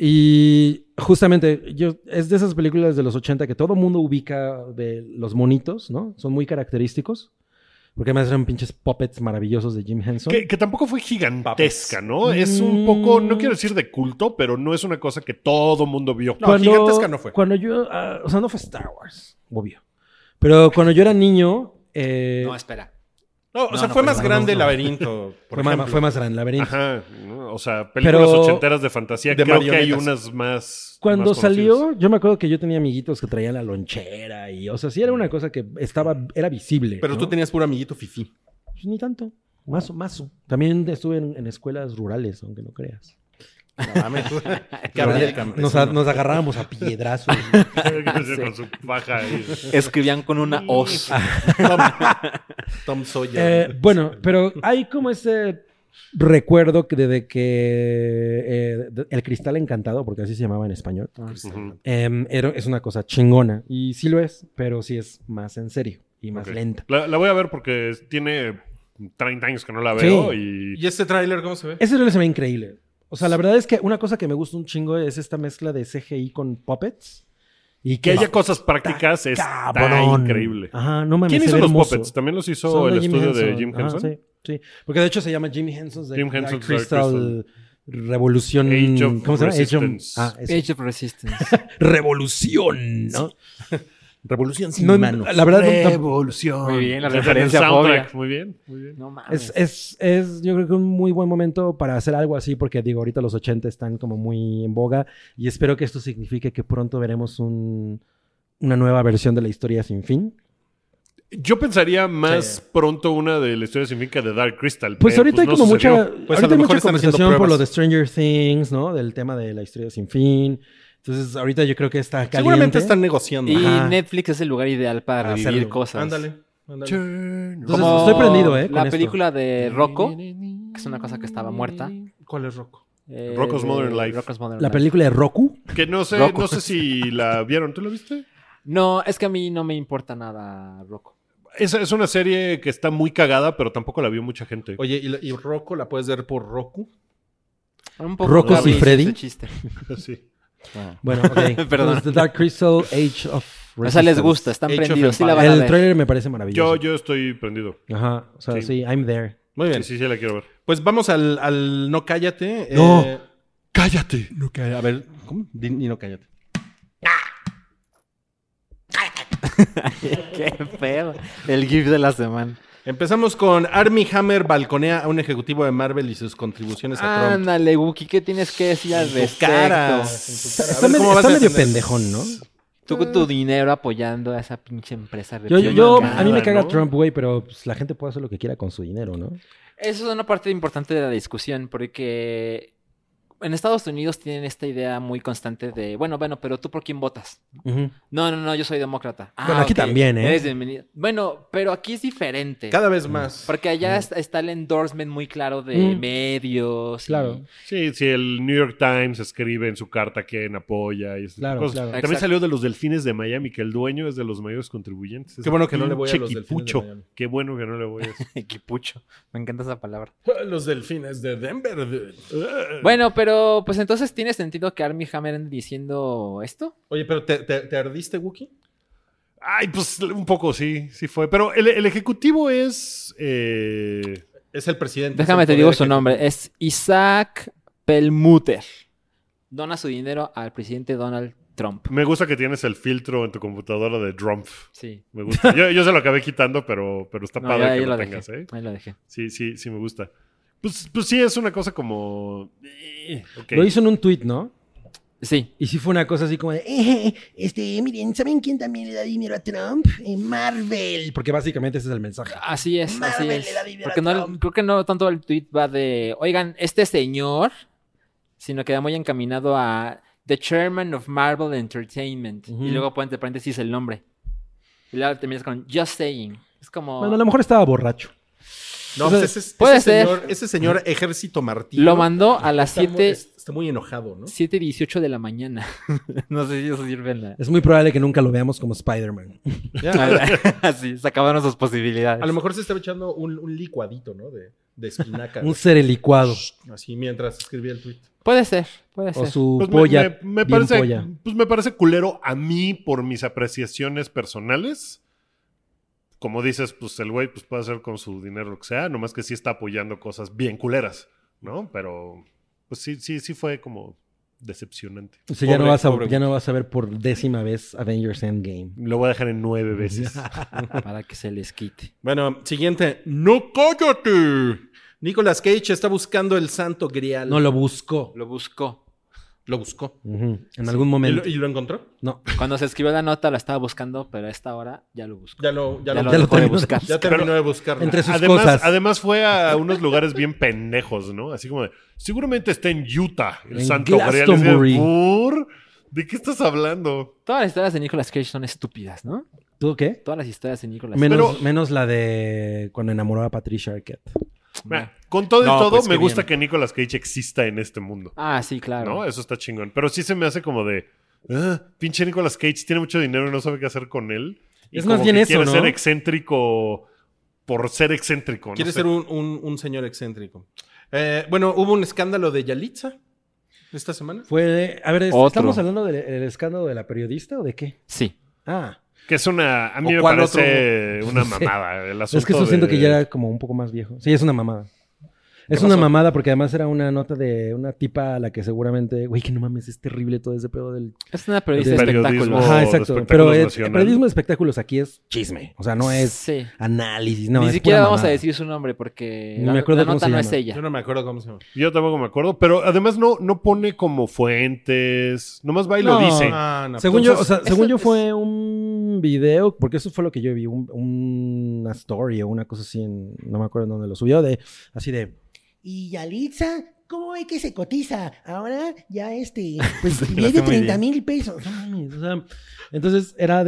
Y justamente, es de esas películas de los 80 que todo mundo ubica de los monitos, ¿no? Son muy característicos. Porque además eran pinches puppets maravillosos de Jim Henson. Que tampoco fue gigantesca, ¿no? Es un poco, no quiero decir de culto, pero no es una cosa que todo mundo vio. No, gigantesca no fue. Cuando yo... o sea, no fue Star Wars, obvio. Pero cuando yo era niño... No, espera. No, o sea, no, fue pues más no, grande no. Laberinto, por ejemplo. fue más grande, Laberinto. Ajá, ¿no? O sea, películas Pero- ochenteras de fantasía, de creo que hay marionetas. unas más. Cuando más conocidas. salió, yo me acuerdo que yo tenía amiguitos que traían la lonchera y, o sea, sí era una cosa que era visible. Pero ¿no? tú tenías puro amiguito fifí. Pues ni tanto. Mazo. También estuve en escuelas rurales, aunque no creas. No mames. Gabriel Campesino. Nos agarrábamos a piedrazos. Con su paja ahí. Escribían con una hoz. Tom Sawyer. Bueno, pero hay como ese recuerdo que desde que El Cristal Encantado, porque así se llamaba en español, Ujú. es una cosa chingona. Y sí lo es, pero sí es más en serio y más Ok. lenta. La voy a ver porque tiene 30 años que no la veo y. ¿Y este tráiler cómo se ve? Ese trailer se ve increíble. O sea, la verdad es que una cosa que me gusta un chingo es esta mezcla de CGI con puppets. Y Que haya cosas prácticas está increíble. Ajá, no mames. ¿Quién se hizo ve los hermoso. puppets? ¿También los hizo Son el de Jim estudio de Henson. Jim Ajá, Henson? sí, sí. Porque de hecho se llama Jim Henson's Jim Henson's Dark Dark Crystal Revolución. Age of ¿Cómo se llama? Resistance. Eso. Age of Resistance. Revolución, ¿no? Revolución sin No, manos. la verdad, Revolución. Muy bien, la Desde el referencia soundtrack. obvia. Muy bien, muy bien. No mames. es yo creo que un muy buen momento para hacer algo así, porque digo, ahorita los 80 están como muy en boga y espero que esto signifique que pronto veremos una nueva versión de la historia sin fin. Yo pensaría más Sí. pronto una de la historia sin fin que de Dark Crystal. Pues pero, ahorita hay no como sucedió. mucha, Pues a ahorita lo hay mejor mucha están haciendo conversación por lo pruebas. de Stranger Things, ¿no? Del tema de la historia sin fin. Entonces, ahorita yo creo que está caliente. Seguramente están negociando. Y Ajá. Netflix es el lugar ideal para revivir hacerlo. cosas. Ándale. Entonces, Como estoy prendido, con la esto. película de Rocco, que es una cosa que estaba muerta. ¿Cuál es Rocco? Rocco's de Modern Life. Rocco's Modern La Life. película de Roku. Que no sé, Rocco. no sé si la vieron. ¿Tú la viste? No, es que a mí no me importa nada Rocco. Es una serie que está muy cagada, pero tampoco la vio mucha gente. Oye, ¿y Rocco la puedes ver por Roku? Un poco Rocco Gaby y hizo Freddy. ese chiste. Sí. Bueno, ok. Perdón. Entonces, The Dark Crystal Age of O sea, les Resistance. gusta, están Age of prendidos. Sí la van a El ver. trailer me parece maravilloso. Yo estoy prendido. Ajá, o sea, Sí. sí, I'm there. Muy bien. Sí, la quiero ver. Pues vamos al No Cállate. No. ¡Cállate! No Cállate. A ver, ¿cómo? Di No Cállate. Qué feo. El GIF de la semana. Empezamos con Armie Hammer balconea a un ejecutivo de Marvel y sus contribuciones a Trump. Ándale, Wookie, ¿qué tienes que decir al En tu respecto? cara. Está medio pendejón, ¿no? Tú con tu dinero apoyando a esa pinche empresa. A mí me Nada, caga ¿no? Trump, güey, pero pues, la gente puede hacer lo que quiera con su dinero, ¿no? Eso es una parte importante de la discusión, porque en Estados Unidos tienen esta idea muy constante de, bueno, pero ¿tú por quién votas? Ujú. No, yo soy demócrata. Bueno, aquí también, ¿eh? Eres bienvenido. Bueno, pero aquí es diferente. Cada vez más. Porque allá está el endorsement muy claro de medios. y- Claro. Sí, el New York Times escribe en su carta quién apoya y esas Claro, cosas. claro. También Exacto. salió de los Delfines de Miami, que el dueño es de los mayores contribuyentes. Qué bueno que no le voy a Pinche los Delfines de quipucho. Miami. Qué bueno que no le voy a eso. Equipucho. Me encanta esa palabra. Los delfines de Denver. Bueno, pero pues entonces ¿tiene sentido que Armie Hammer ande diciendo esto? Oye, pero ¿te ardiste, Wookie? Ay, pues un poco sí fue. Pero el ejecutivo es... Es el presidente. Déjame es el te digo poder su ejecutivo. nombre. Es Isaac Perlmutter. Dona su dinero al presidente Donald Trump. Me gusta que tienes el filtro en tu computadora de Trump. Sí. Me gusta. Yo se lo acabé quitando, pero está No, padre ahí que lo lo tengas, dejé. ¿eh? Ahí lo dejé. Sí, me gusta. Pues sí, es una cosa como... ok. Lo hizo en un tweet, ¿no? Sí. Y sí fue una cosa así como de, miren, ¿saben quién también le da dinero a Trump? Marvel. Porque básicamente ese es el mensaje. Así es, así Marvel es. le da dinero Porque a no, Trump. creo que no tanto el tweet va de, oigan, este señor, sino que va muy encaminado a The Chairman of Marvel Entertainment. Ujú. Y luego pone entre paréntesis el nombre. Y luego terminas con Just Saying. Es como... Bueno, a lo mejor estaba borracho. No, O sea, pues puede ser. Ese señor Ejército Martillo. Lo mandó a las está muy- 7... Está muy enojado, ¿no? 7:18 de la mañana. No sé si eso sirve en la... Es muy probable que nunca lo veamos como Spider-Man. Así, se acabaron sus posibilidades. A lo mejor se estaba echando un licuadito, ¿no? De espinaca. Un ser licuado. Así mientras escribía el tweet. Puede ser, puede O ser. su Pues polla. me bien parece, polla. pues me parece culero a mí por mis apreciaciones personales. Como dices, pues el güey pues puede hacer con su dinero lo que sea, nomás que sí está apoyando cosas bien culeras, ¿no? Pero pues sí fue como decepcionante. O sea, ya, Pobre- no vas a, pobre ya no vas a ver por 10ª vez Avengers Endgame. Lo voy a dejar en 9 veces. Para que se les quite. Bueno, siguiente. ¡No cállate! Nicolas Cage está buscando el santo grial. No lo buscó. Lo buscó. Lo buscó. Ujú. En algún ¿Y momento. lo encontró? No. Cuando se escribió la nota lo estaba buscando, pero a esta hora ya lo buscó. Ya lo Ya lo ya lo dejó de terminó. buscar. Ya terminó de buscarlo. Entre sus Además, cosas. además fue a unos lugares bien pendejos, ¿no? Así como de, seguramente está en Utah, el En Santo Grial. Glastonbury. Y ¿por? ¿De qué estás hablando? Todas las historias de Nicolas Cage son estúpidas, ¿no? ¿Tú qué? Todas las historias de Nicolas Menos la de cuando enamoró a Patricia Arquette. Mira, con todo y No, todo, pues, me qué gusta bien. que Nicolas Cage exista en este mundo. Ah, sí, claro. ¿No? Eso está chingón. Pero sí se me hace como de, pinche Nicolas Cage tiene mucho dinero y no sabe qué hacer con él. Y Es como más bien que eso, quiere ¿no? ser excéntrico por ser excéntrico. Quiere no sé. ser un señor excéntrico. Bueno, hubo un escándalo de Yalitza esta semana. Fue. A ver, Otro. ¿estamos hablando del escándalo de la periodista o de qué? Sí. Ah. Que es una... A mí ¿O me cuál parece una Sí. mamada. El Es que asunto eso siento de- que ya era como un poco más viejo. Sí, es una mamada. Es una pasó? mamada porque además era una nota de una tipa a la que seguramente, güey, que no mames, es terrible todo ese pedo del... Es una periodista de Del periodismo. espectáculos. Ajá, de exacto. espectáculos Pero el nacional. periodismo de espectáculos aquí es chisme. O sea, no es Sí. análisis, no, Ni es siquiera pura vamos a mamada. decir su nombre porque Ni la, me acuerdo la cómo nota se no llama. es ella. Yo no me acuerdo cómo se llama. Yo tampoco me acuerdo. Pero además no pone como fuentes. Nomás va y lo No. dice. Ah, no. Según yo, Entonces, o sea, según eso yo es- fue un video, porque eso fue lo que yo vi, una story o una cosa así, no me acuerdo en dónde lo subió, así de... Y Yalitza, ¿cómo ve que se cotiza? Ahora ya pues Lo viene hace muy 30,000 pesos. No mames, o sea, entonces era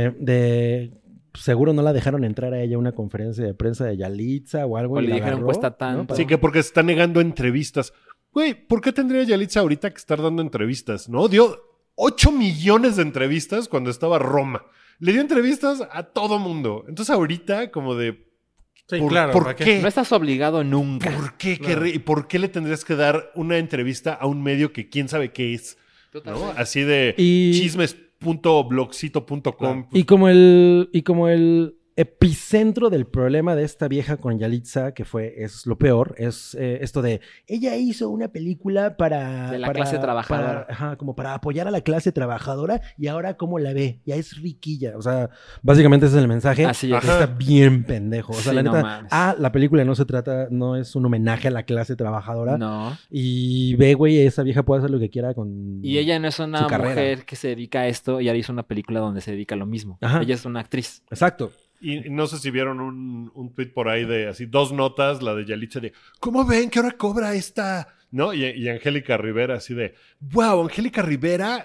de seguro no la dejaron entrar a ella a una conferencia de prensa de Yalitza o algo. O y le la dijeron, agarró, cuesta ¿no? tanto. Para- Sí, que porque se está negando entrevistas. Güey, ¿por qué tendría Yalitza ahorita que estar dando entrevistas? ¿No? Dio 8 millones de entrevistas cuando estaba Roma. Le dio entrevistas a todo mundo. Entonces ahorita como de... Sí, ¿por, claro. ¿por ¿para qué? No estás obligado nunca. ¿Por qué, Claro. ¿Y por qué le tendrías que dar una entrevista a un medio que quién sabe qué es? ¿No? Así de Y- chismes.blogcito.com. Y como el epicentro del problema de esta vieja con Yalitza, que es lo peor, es esto de ella hizo una película para... De la para- clase trabajadora. como para apoyar a la clase trabajadora y ahora cómo la ve, ya es riquilla. O sea, básicamente ese es el mensaje. Así es. Está bien pendejo. O sea, Sí, la no neta, mames. la película no es un homenaje a la clase trabajadora. No. Y ve, güey, esa vieja puede hacer lo que quiera con... Y ella no es una Su carrera. mujer que se dedica a esto y ahora hizo una película donde se dedica a lo mismo. Ajá. Ella es una actriz. Exacto. Y no sé si vieron un tweet por ahí de así, 2 notas, la de Yalitza de, ¿cómo ven que ahora cobra esta? ¿No? Y Angélica Rivera así de, wow, Angélica Rivera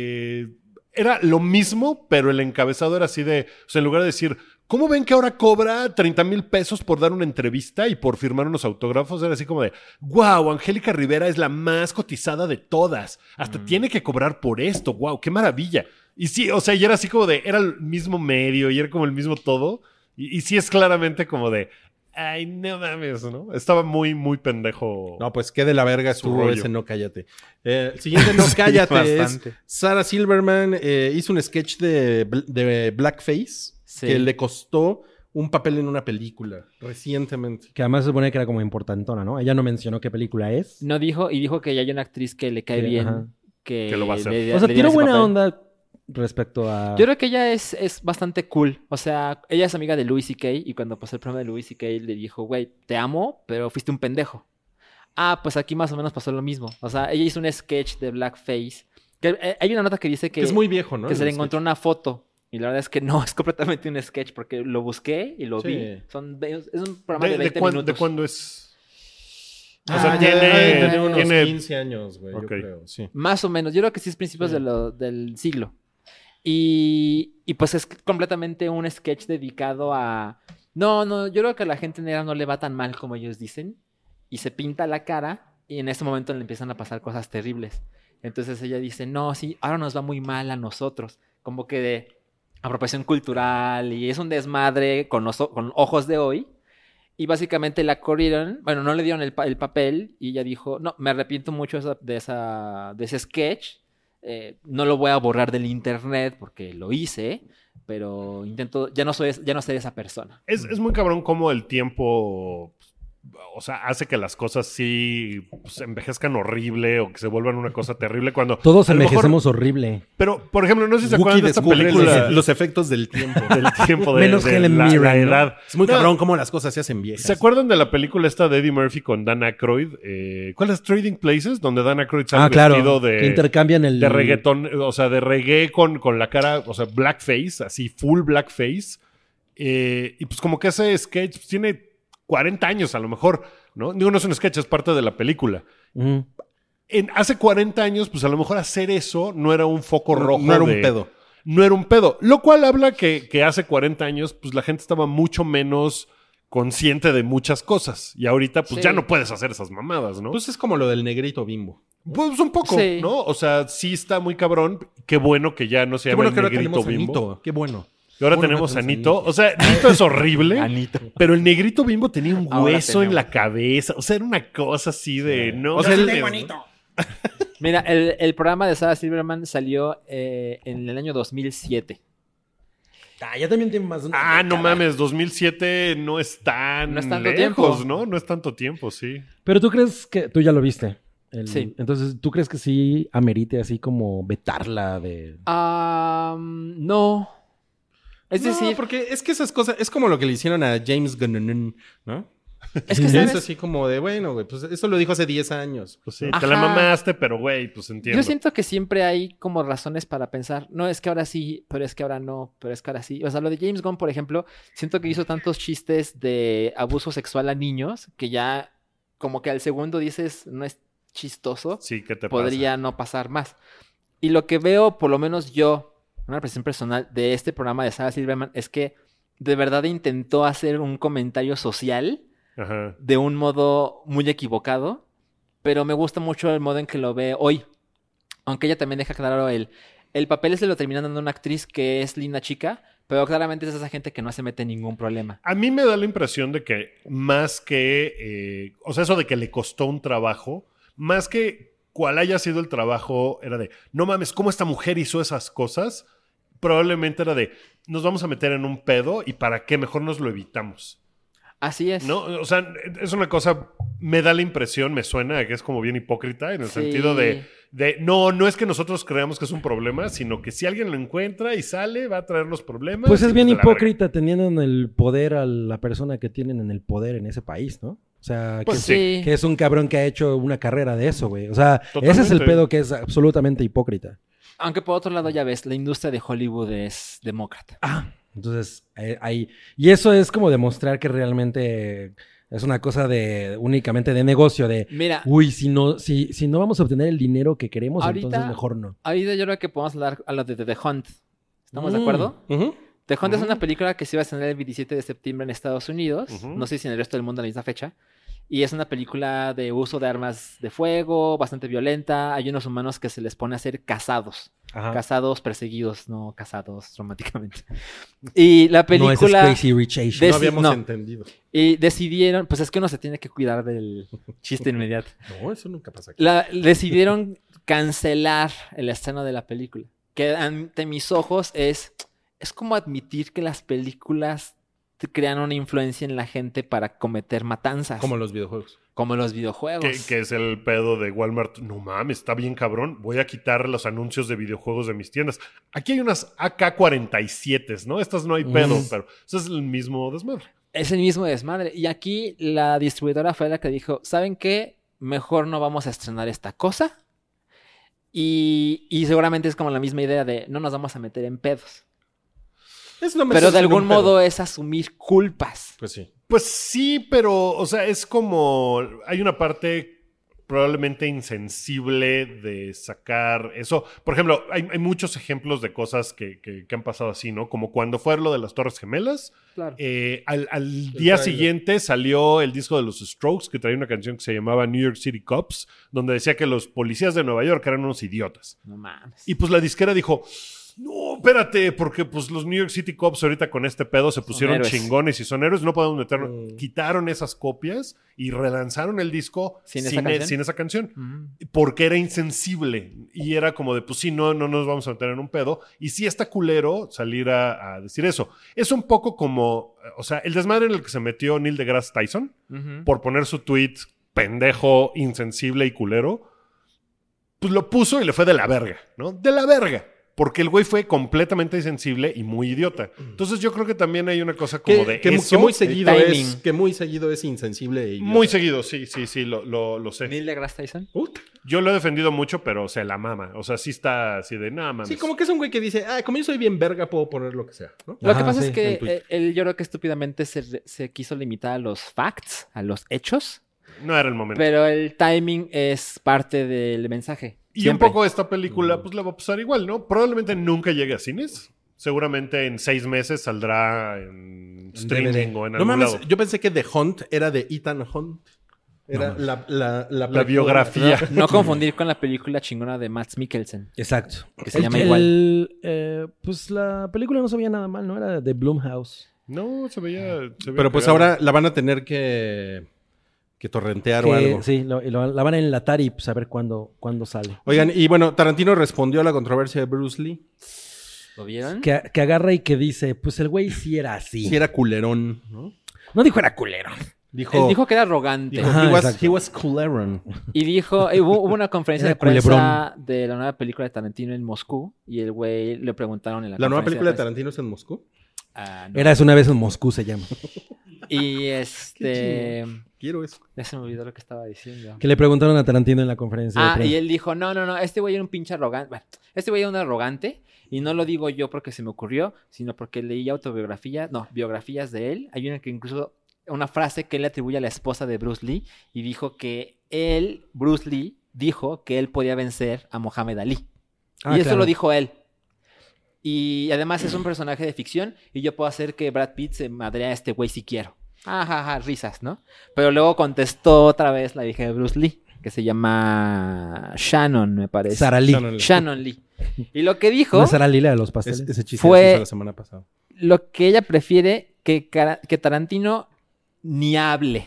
era lo mismo, pero el encabezado era así de, o sea, en lugar de decir, ¿cómo ven que ahora cobra 30,000 pesos por dar una entrevista y por firmar unos autógrafos? Era así como de, wow, Angélica Rivera es la más cotizada de todas. Hasta tiene que cobrar por esto. Wow, qué maravilla. Y sí, o sea, y era así como de, era el mismo medio y era como el mismo todo. Y sí es claramente como de, ay, no mames, ¿no? Estaba muy, muy pendejo. No, pues qué de la verga Su estuvo rollo. ese No Cállate. El siguiente No Cállate es bastante. Sarah Silverman hizo un sketch de Blackface Sí. que le costó un papel en una película recientemente. Que además se supone que era como importantona, ¿no? Ella no mencionó qué película es. No dijo, y dijo que ya hay una actriz que le cae Sí, bien, ajá. Que lo va a hacer. O sea, le dieron tiene ese buena papel. onda respecto a... Yo creo que ella es bastante cool. O sea, ella es amiga de Louis C.K. y cuando pasó el programa de Louis C.K. le dijo, güey, te amo, pero fuiste un pendejo. Ah, pues aquí más o menos pasó lo mismo. O sea, ella hizo un sketch de blackface. Hay una nota que dice que es muy viejo, ¿no? que se El le encontró una foto. Y la verdad es que no, es completamente un sketch porque lo busqué y lo Sí. vi. Es un programa de 20 ¿De minutos. cuándo es? O Ah, sea, ya tiene unos tiene- 15 años, güey, Ok. yo creo, sí. Más o menos. Yo creo que sí es principios Sí. del siglo. Y pues es completamente un sketch dedicado a... No, yo creo que a la gente negra no le va tan mal como ellos dicen. Y se pinta la cara y en ese momento le empiezan a pasar cosas terribles. Entonces ella dice, no, sí, ahora nos va muy mal a nosotros. Como que de apropiación cultural y es un desmadre con ojos de hoy. Y básicamente la corrieron, bueno, no le dieron el papel y ella dijo, no, me arrepiento mucho de ese sketch. No lo voy a borrar del internet porque lo hice, pero intento, ya no seré esa persona. Es muy cabrón cómo el tiempo, o sea, hace que las cosas sí pues, envejezcan horrible o que se vuelvan una cosa terrible cuando... Todos a lo mejor- envejecemos horrible. Pero, por ejemplo, no sé si se Wookie acuerdan de esta descubre película los efectos del tiempo. del tiempo de, Menos de Helen la Mirren, ¿no? edad. Es muy No, cabrón cómo las cosas se hacen viejas. ¿Se acuerdan de la película esta de Eddie Murphy con Dan Aykroyd? ¿Cuál es? Trading Places, donde Dan Aykroyd sale Claro. vestido Que intercambian el... de reggaetón, o sea, de reggae con la cara, o sea, blackface, así full blackface. Y pues como que ese sketch pues, tiene 40 años a lo mejor, ¿no? Digo, no es un sketch, es parte de la película. Ujú. Hace 40 años, pues a lo mejor hacer eso no era un foco rojo. No era un pedo. No era un pedo. Lo cual habla que hace 40 años, pues la gente estaba mucho menos consciente de muchas cosas. Y ahorita, pues Sí. ya no puedes hacer esas mamadas, ¿no? Pues es como lo del negrito bimbo. Pues un poco, Sí. ¿no? O sea, sí está muy cabrón. Qué bueno que ya no se Qué llama bueno el que ahora negrito tenemos a bimbo. Nito. Qué bueno. Y ahora Qué bueno tenemos que a tenemos Nito. O sea, Nito es horrible. Anito. Pero el negrito bimbo tenía un Ahora hueso en tenemos. la cabeza. O sea, era una cosa así de... No, O sea, mames, el- ¿no? bonito. Mira, el programa de Sarah Silverman salió en el año 2007. Ya también tiene más... de una Ah, no década. mames, 2007 no es tan No es tanto lejos, tiempo. ¿no? No es tanto tiempo, sí. Pero tú crees que... Tú ya lo viste. Sí. Entonces, ¿tú crees que sí amerite así como vetarla de... No. Es No, decir, porque es que esas cosas... Es como lo que le hicieron a James Gunn, ¿no? es que Es ¿sabes? así como de, bueno, güey, pues eso lo dijo hace 10 años. Pues sí, Ajá. te la mamaste, pero güey, pues entiendo. Yo siento que siempre hay como razones para pensar, no, es que ahora sí, pero es que ahora no, pero es que ahora sí. O sea, lo de James Gunn, por ejemplo, siento que hizo tantos chistes de abuso sexual a niños que ya como que al segundo dices, no es chistoso, Sí, ¿qué te podría no pasar más. Y lo que veo, por lo menos yo, una apreciación personal de este programa de Sarah Silverman, es que de verdad intentó hacer un comentario social pasa? Ajá. de un modo muy equivocado, pero me gusta mucho el modo en que lo ve hoy. Aunque ella también deja claro el papel se lo termina dando una actriz que es linda chica, pero claramente es esa gente que no se mete en ningún problema. A mí me da la impresión de que más que, o sea, eso de que le costó un trabajo, más que cuál haya sido el trabajo, era de, no mames, ¿cómo esta mujer hizo esas cosas? Probablemente era de, nos vamos a meter en un pedo y para qué, mejor nos lo evitamos. Así es. ¿No? O sea, es una cosa, me da la impresión, me suena que es como bien hipócrita en el Sí. sentido de no es que nosotros creamos que es un problema, sino que si alguien lo encuentra y sale, va a traer los problemas. Pues es y bien de la verga. hipócrita teniendo en el poder a la persona que tienen en el poder en ese país, ¿no? O sea, Pues sí. que es un cabrón que ha hecho una carrera de eso, güey. O sea, Totalmente. ese es el pedo que es absolutamente hipócrita. Aunque por otro lado, ya ves, la industria de Hollywood es demócrata. Entonces, ahí... Y eso es como demostrar que realmente es una cosa de únicamente de negocio, de... Mira, Uy, si no vamos a obtener el dinero que queremos, Ahorita- entonces mejor no. ahorita yo creo que podemos hablar a lo de The Hunt. ¿Estamos de Mm. acuerdo? Ujú. The Hunt es una película que se iba a estrenar el 27 de septiembre en Estados Unidos. Ujú. No sé si en el resto del mundo a la misma fecha. Y es una película de uso de armas de fuego, bastante violenta. Hay unos humanos que se les pone a ser casados. Ajá. Casados, perseguidos, no casados románticamente. Y la No, ese es película... Crazy Rich Asian. No habíamos no. entendido. Y decidieron... Pues es que uno se tiene que cuidar del chiste inmediato. No, eso nunca pasa aquí. Decidieron cancelar el estreno de la película. Que ante mis ojos es como admitir que las películas te crean una influencia en la gente para cometer matanzas. Como los videojuegos. Como los videojuegos. Que es el pedo de Walmart. No mames, está bien cabrón. Voy a quitar los anuncios de videojuegos de mis tiendas. Aquí hay unas AK-47, ¿no? Estas no hay pedo, pero eso es el mismo desmadre. Es el mismo desmadre. Y aquí la distribuidora fue la que dijo, ¿saben qué? Mejor no vamos a estrenar esta cosa. Y seguramente es como la misma idea de no nos vamos a meter en pedos. Pero de algún modo es asumir culpas. Pues sí. Pues sí, pero, o sea, es como... Hay una parte probablemente insensible de sacar eso. Por ejemplo, hay muchos ejemplos de cosas que han pasado así, ¿no? Como cuando fue lo de las Torres Gemelas. Claro. Al día siguiente salió el disco de los Strokes, que traía una canción que se llamaba New York City Cops, donde decía que los policías de Nueva York eran unos idiotas. No mames. Y pues la disquera dijo... No, espérate, porque pues los New York City Cops ahorita con este pedo se pusieron héroes. chingones y son héroes, no podemos meternos. Quitaron esas copias y relanzaron el disco ¿Sin esa canción? sin esa canción. Porque era insensible y era como de, pues sí, no nos vamos a meter en un pedo. Y sí está culero salir a decir eso. Es un poco como, o sea, el desmadre en el que se metió Neil deGrasse Tyson por poner su tweet pendejo, insensible y culero, pues lo puso y le fue de la verga, ¿no? De la verga. Porque el güey fue completamente insensible y muy idiota. Entonces yo creo que también hay una cosa como de que eso. muy seguido timing. que muy seguido es insensible e idiota. Muy seguido, sí, lo sé. ¿Neil deGrasse Tyson? Yo lo he defendido mucho, pero se la mama. O sea, sí está así de, nada mames. Sí, como que es un güey que dice, como yo soy bien verga, puedo poner lo que sea, ¿no? Lo que Ajá, pasa sí, es que en Twitter. él yo creo que estúpidamente se quiso limitar a los facts, a los hechos, No era el momento. pero el timing es parte del mensaje. Y Siempre. un poco esta película, pues la va a pasar igual, ¿no? Probablemente nunca llegue a cines. Seguramente en 6 meses saldrá en streaming DVD. o en No algún mames, lado. yo pensé que The Hunt era de Ethan Hunt. Era la biografía. No confundir con la película chingona de Mads Mikkelsen, Exacto. que se llama igual. Pues la película no se veía nada mal, ¿no? Era de Blumhouse. No, se veía Pero pues pegado. ahora la van a tener que torrentear o algo. Sí, la van a enlatar y pues a ver cuándo sale. Oigan, y bueno, Tarantino respondió a la controversia de Bruce Lee. ¿Lo vieron? Que agarra y que dice, pues el güey sí era así. Sí era culerón, ¿no? No dijo era culero. Él Dijo, dijo que era arrogante. Ajá, exacto. he was culerón. Y dijo, hubo una conferencia Era de prensa culebrón. de la nueva película de Tarantino en Moscú y el güey le preguntaron en la ¿La nueva conferencia película de prensa. Tarantino es en Moscú? No. Eras una vez en Moscú, se llama. Y Quiero eso. ya se me olvidó lo que estaba diciendo. Que le preguntaron a Tarantino en la conferencia de prensa. Y él dijo, no, este güey era un pinche arrogante. Bueno, este güey era un arrogante y no lo digo yo porque se me ocurrió, sino porque leí biografías de él. Hay una que incluso, una frase que él le atribuye a la esposa de Bruce Lee y dijo que Bruce Lee, dijo que él podía vencer a Mohamed Ali. Ah, Y eso claro. lo dijo él. Y además es un personaje de ficción y yo puedo hacer que Brad Pitt se madre a este güey si quiero. Ajá, risas, ¿no? Pero luego contestó otra vez la hija de Bruce Lee, que se llama Shannon, me parece. Sara Lee. Shannon Lee. Y lo que dijo, ¿No es Sara Lee la de los pasteles? Ese chiste Fue- lo hizo la semana pasada. lo que ella prefiere que Tarantino ni hable.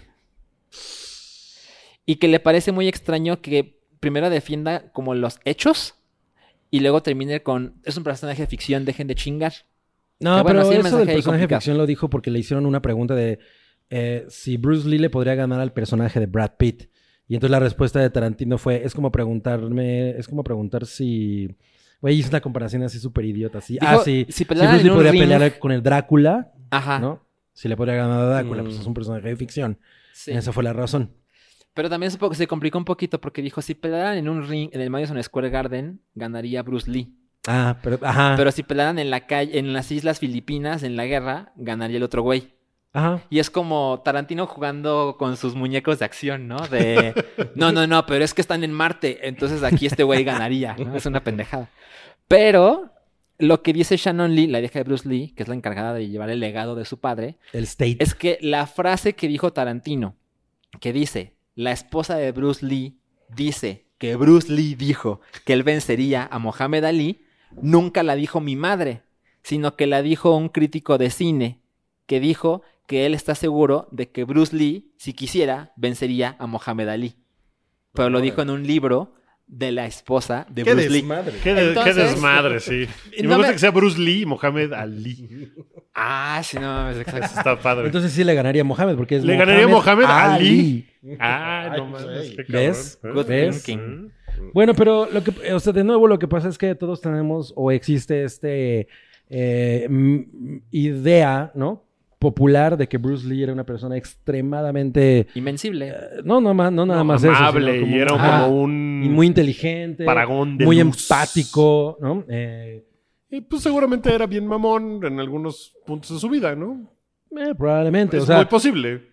Y que le parece muy extraño que primero defienda como los hechos y luego termine con, es un personaje de ficción, dejen de chingar. No, Que bueno, pero sí, el eso del mensaje ahí personaje de complicado. ficción lo dijo porque le hicieron una pregunta de si Bruce Lee le podría ganar al personaje de Brad Pitt. Y entonces la respuesta de Tarantino fue, es como preguntar si... Güey, hizo una comparación así súper idiota. Así, Dijo, si si pelearan Bruce Lee en un podría ring- pelear con el Drácula, Ajá. ¿no? Si le podría ganar a Drácula, pues es un personaje de ficción. Sí. Esa fue la razón. Pero también supongo que se complicó un poquito porque dijo, si pelearan en un ring en el Madison Square Garden, ganaría Bruce Lee. Ah, pero... Ajá. Pero si pelearan en la calle, en las Islas Filipinas, en la guerra, ganaría el otro güey. Ajá. Y es como Tarantino jugando con sus muñecos de acción, ¿no? De, no, pero es que están en Marte, entonces aquí este güey ganaría, ¿no? Es una pendejada. Pero lo que dice Shannon Lee, la hija de Bruce Lee, que es la encargada de llevar el legado de su padre, El State. es que la frase que dijo Tarantino, que dice, la esposa de Bruce Lee dice que Bruce Lee dijo que él vencería a Mohamed Ali, nunca la dijo mi madre, sino que la dijo un crítico de cine, que dijo que él está seguro de que Bruce Lee, si quisiera, vencería a Mohamed Ali. Pero lo dijo en un libro de la esposa de ¡Qué Bruce Lee. desmadre! Qué Entonces- desmadre, sí. Y me No gusta me- que sea Bruce Lee y Mohamed Ali. Ah, sí, no mames, exacto. Está padre. Entonces sí le ganaría a Mohamed porque es Le ganaría a Mohamed Ali. Ay, No mames, qué ¿Ves? cabrón. Good ¿Ves? thinking. Bueno, pero o sea, de nuevo lo que pasa es que todos tenemos o existe idea, ¿no? Popular de que Bruce Lee era una persona extremadamente Invencible. no nada más eso, amable, sino y era ajá, como un y muy inteligente, paragón de muy luz. empático, ¿no? Y pues seguramente era bien mamón en algunos puntos de su vida, ¿no? Probablemente, Es o sea, muy posible.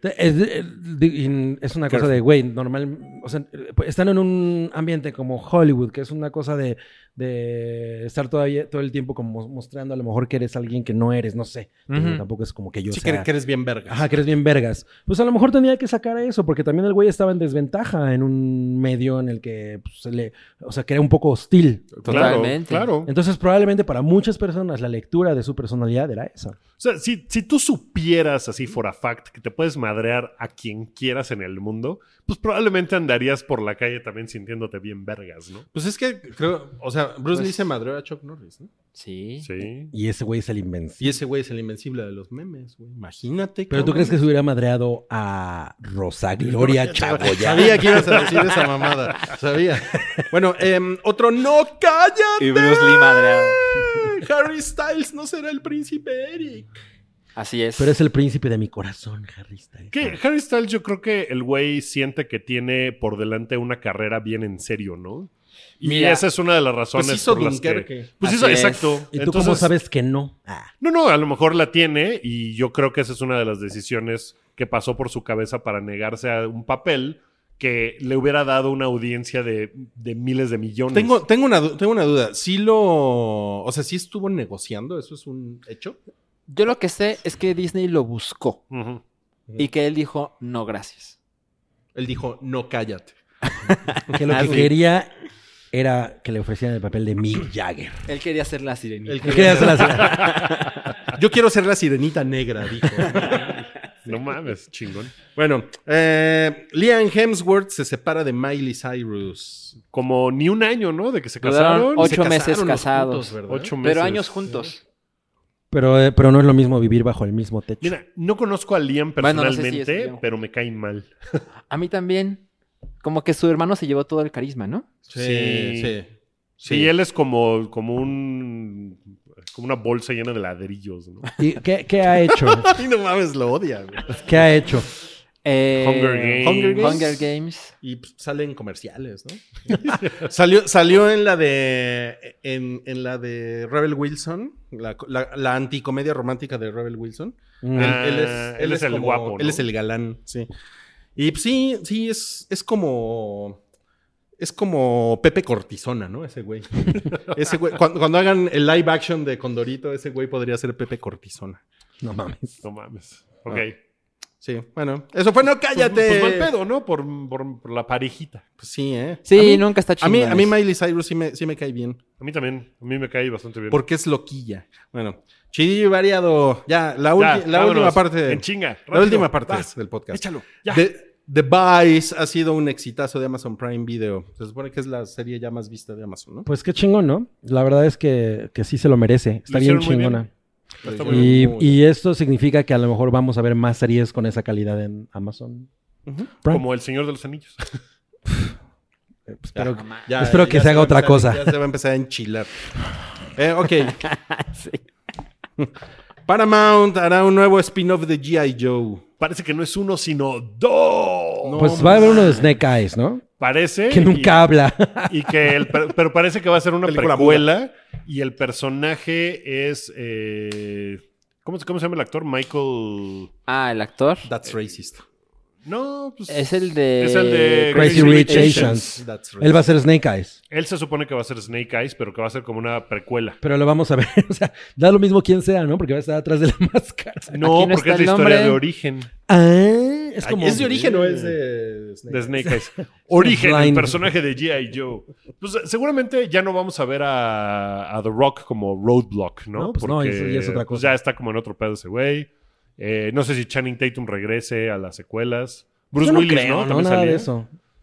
es una cosa de, güey, normal, o sea, están en un ambiente como Hollywood, que es una cosa de estar todo el tiempo como mostrando a lo mejor que eres alguien que no eres, no sé. Ujú. Tampoco es como que yo Sí, sea... que eres bien verga. Ajá, que eres bien vergas. Pues a lo mejor tenía que sacar eso, porque también el güey estaba en desventaja en un medio en el que pues, o sea, que era un poco hostil. Totalmente. Claro. Entonces, probablemente para muchas personas la lectura de su personalidad era esa. O sea, si tú supieras así for a fact que te puedes madrear a quien quieras en el mundo, pues probablemente andarías por la calle también sintiéndote bien vergas, ¿no? Pues es que creo, o sea, Bruce Pues- Lee se madreó a Chuck Norris, ¿no? Sí. Sí. Y ese güey es el invencible. Y ese güey es el invencible de los memes, güey. Imagínate. ¿Pero tú cabrón. crees que se hubiera madreado a Rosa Gloria Chagoya? Sabía que ibas a decir esa mamada. Sabía. Bueno, otro no, cállate. Y Bruce Lee madreado. Harry Styles no será el príncipe Eric. Así es. Pero es el príncipe de mi corazón, Harry Styles. Que Harry Styles, yo creo que el güey siente que tiene por delante una carrera bien en serio, ¿no? Y Mira, esa es una de las razones pues hizo por las que... Dunkerque. Pues Así hizo, es. exacto. ¿Y tú cómo Entonces, sabes que no? No, a lo mejor la tiene y yo creo que esa es una de las decisiones que pasó por su cabeza para negarse a un papel que le hubiera dado una audiencia de miles de millones. Tengo una duda. O sea, ¿sí estuvo negociando? ¿Eso es un hecho? Yo lo que sé es que Disney lo buscó Ujú. y que él dijo, no, gracias. Él dijo, no, cállate. Que lo Ah, que sí. quería era que le ofrecieran el papel de Mick Jagger. Él quería ser la sirenita. Él Quería hacer la- Yo quiero ser la sirenita negra, dijo. No mames, chingón. Bueno, Liam Hemsworth se separa de Miley Cyrus. Como ni un año, ¿no? De que se Duraron casaron. 8 Se meses casaron los casados. putos, ¿verdad? 8 meses. Pero años juntos. Pero no es lo mismo vivir bajo el mismo techo. Mira, no conozco a Liam Bueno, no sé si personalmente, es Liam. pero me cae mal. A mí también. Como que su hermano se llevó todo el carisma, ¿no? Sí, él es como una bolsa llena de ladrillos, ¿no? ¿Y qué ha hecho? Ay, no mames, lo odia, güey. ¿Qué ha hecho? Hunger Games. Y pues, sale en comerciales, ¿no? salió en la de Rebel Wilson, la anticomedia romántica de Rebel Wilson. Él es el como- guapo, ¿no? Él es el galán, sí. Y pues, sí, es como Pepe Cortisona, ¿no? Ese güey. Ese güey. Cuando hagan el live action de Condorito, ese güey podría ser Pepe Cortisona. No mames. No mames. Ok. Sí, bueno. Eso fue, no, cállate. Pues mal pedo, ¿no? Por la parejita. Pues sí, ¿eh? Sí, A mí- nunca está A chingón. mí Miley Cyrus sí me cae bien. A mí también. A mí me cae bastante bien. Porque es loquilla. Bueno, chidillo y variado. Ya, la vámonos. última parte. En chinga. La rápido. última parte Vas. del podcast. Échalo. Ya. The Vice ha sido un exitazo de Amazon Prime Video. Se supone que es la serie ya más vista de Amazon, ¿no? Pues qué chingón, ¿no? La verdad es que sí se lo merece. Está Lo bien hicieron muy chingona. bien. Está muy bien. Y esto significa que a lo mejor vamos a ver más series con esa calidad en Amazon. Ujú. Prime. Como El Señor de los Anillos. Espero, Ya, espero que ya se haga va a otra empezar- cosa. Ya se va a empezar a enchilar. Ok. Sí. Paramount hará un nuevo spin-off de G.I. Joe. Parece que no es uno, sino dos. No, Pues va a haber uno de Snake Eyes, ¿no? Parece. Que nunca habla. Y que pero parece que va a ser una Película precuela. Y el personaje es. ¿Cómo se llama el actor? Michael. Ah, el actor. That's racist. No, pues. Es el de... Es el de Crazy Rich Asians. That's racist. Él va a ser Snake Eyes. Él se supone que va a ser Snake Eyes, pero que va a ser como una precuela. Pero lo vamos a ver. O sea, da lo mismo quién sea, ¿no? Porque va a estar atrás de la máscara. No, Aquí no porque está es la el historia nombre. de origen Es como... ¿Es de origen o es de Snake? de Snake Eyes. Origen, el Blind. personaje de G.I. Joe. Pues seguramente ya no vamos a ver a The Rock como Roadblock, ¿no? No, pues no, eso ya es otra pues, cosa. ya está como en otro pedo ese güey. No sé si Channing Tatum regrese a las secuelas. Bruce Yo no Willis, creo, ¿no? no, También nada salía. de eso.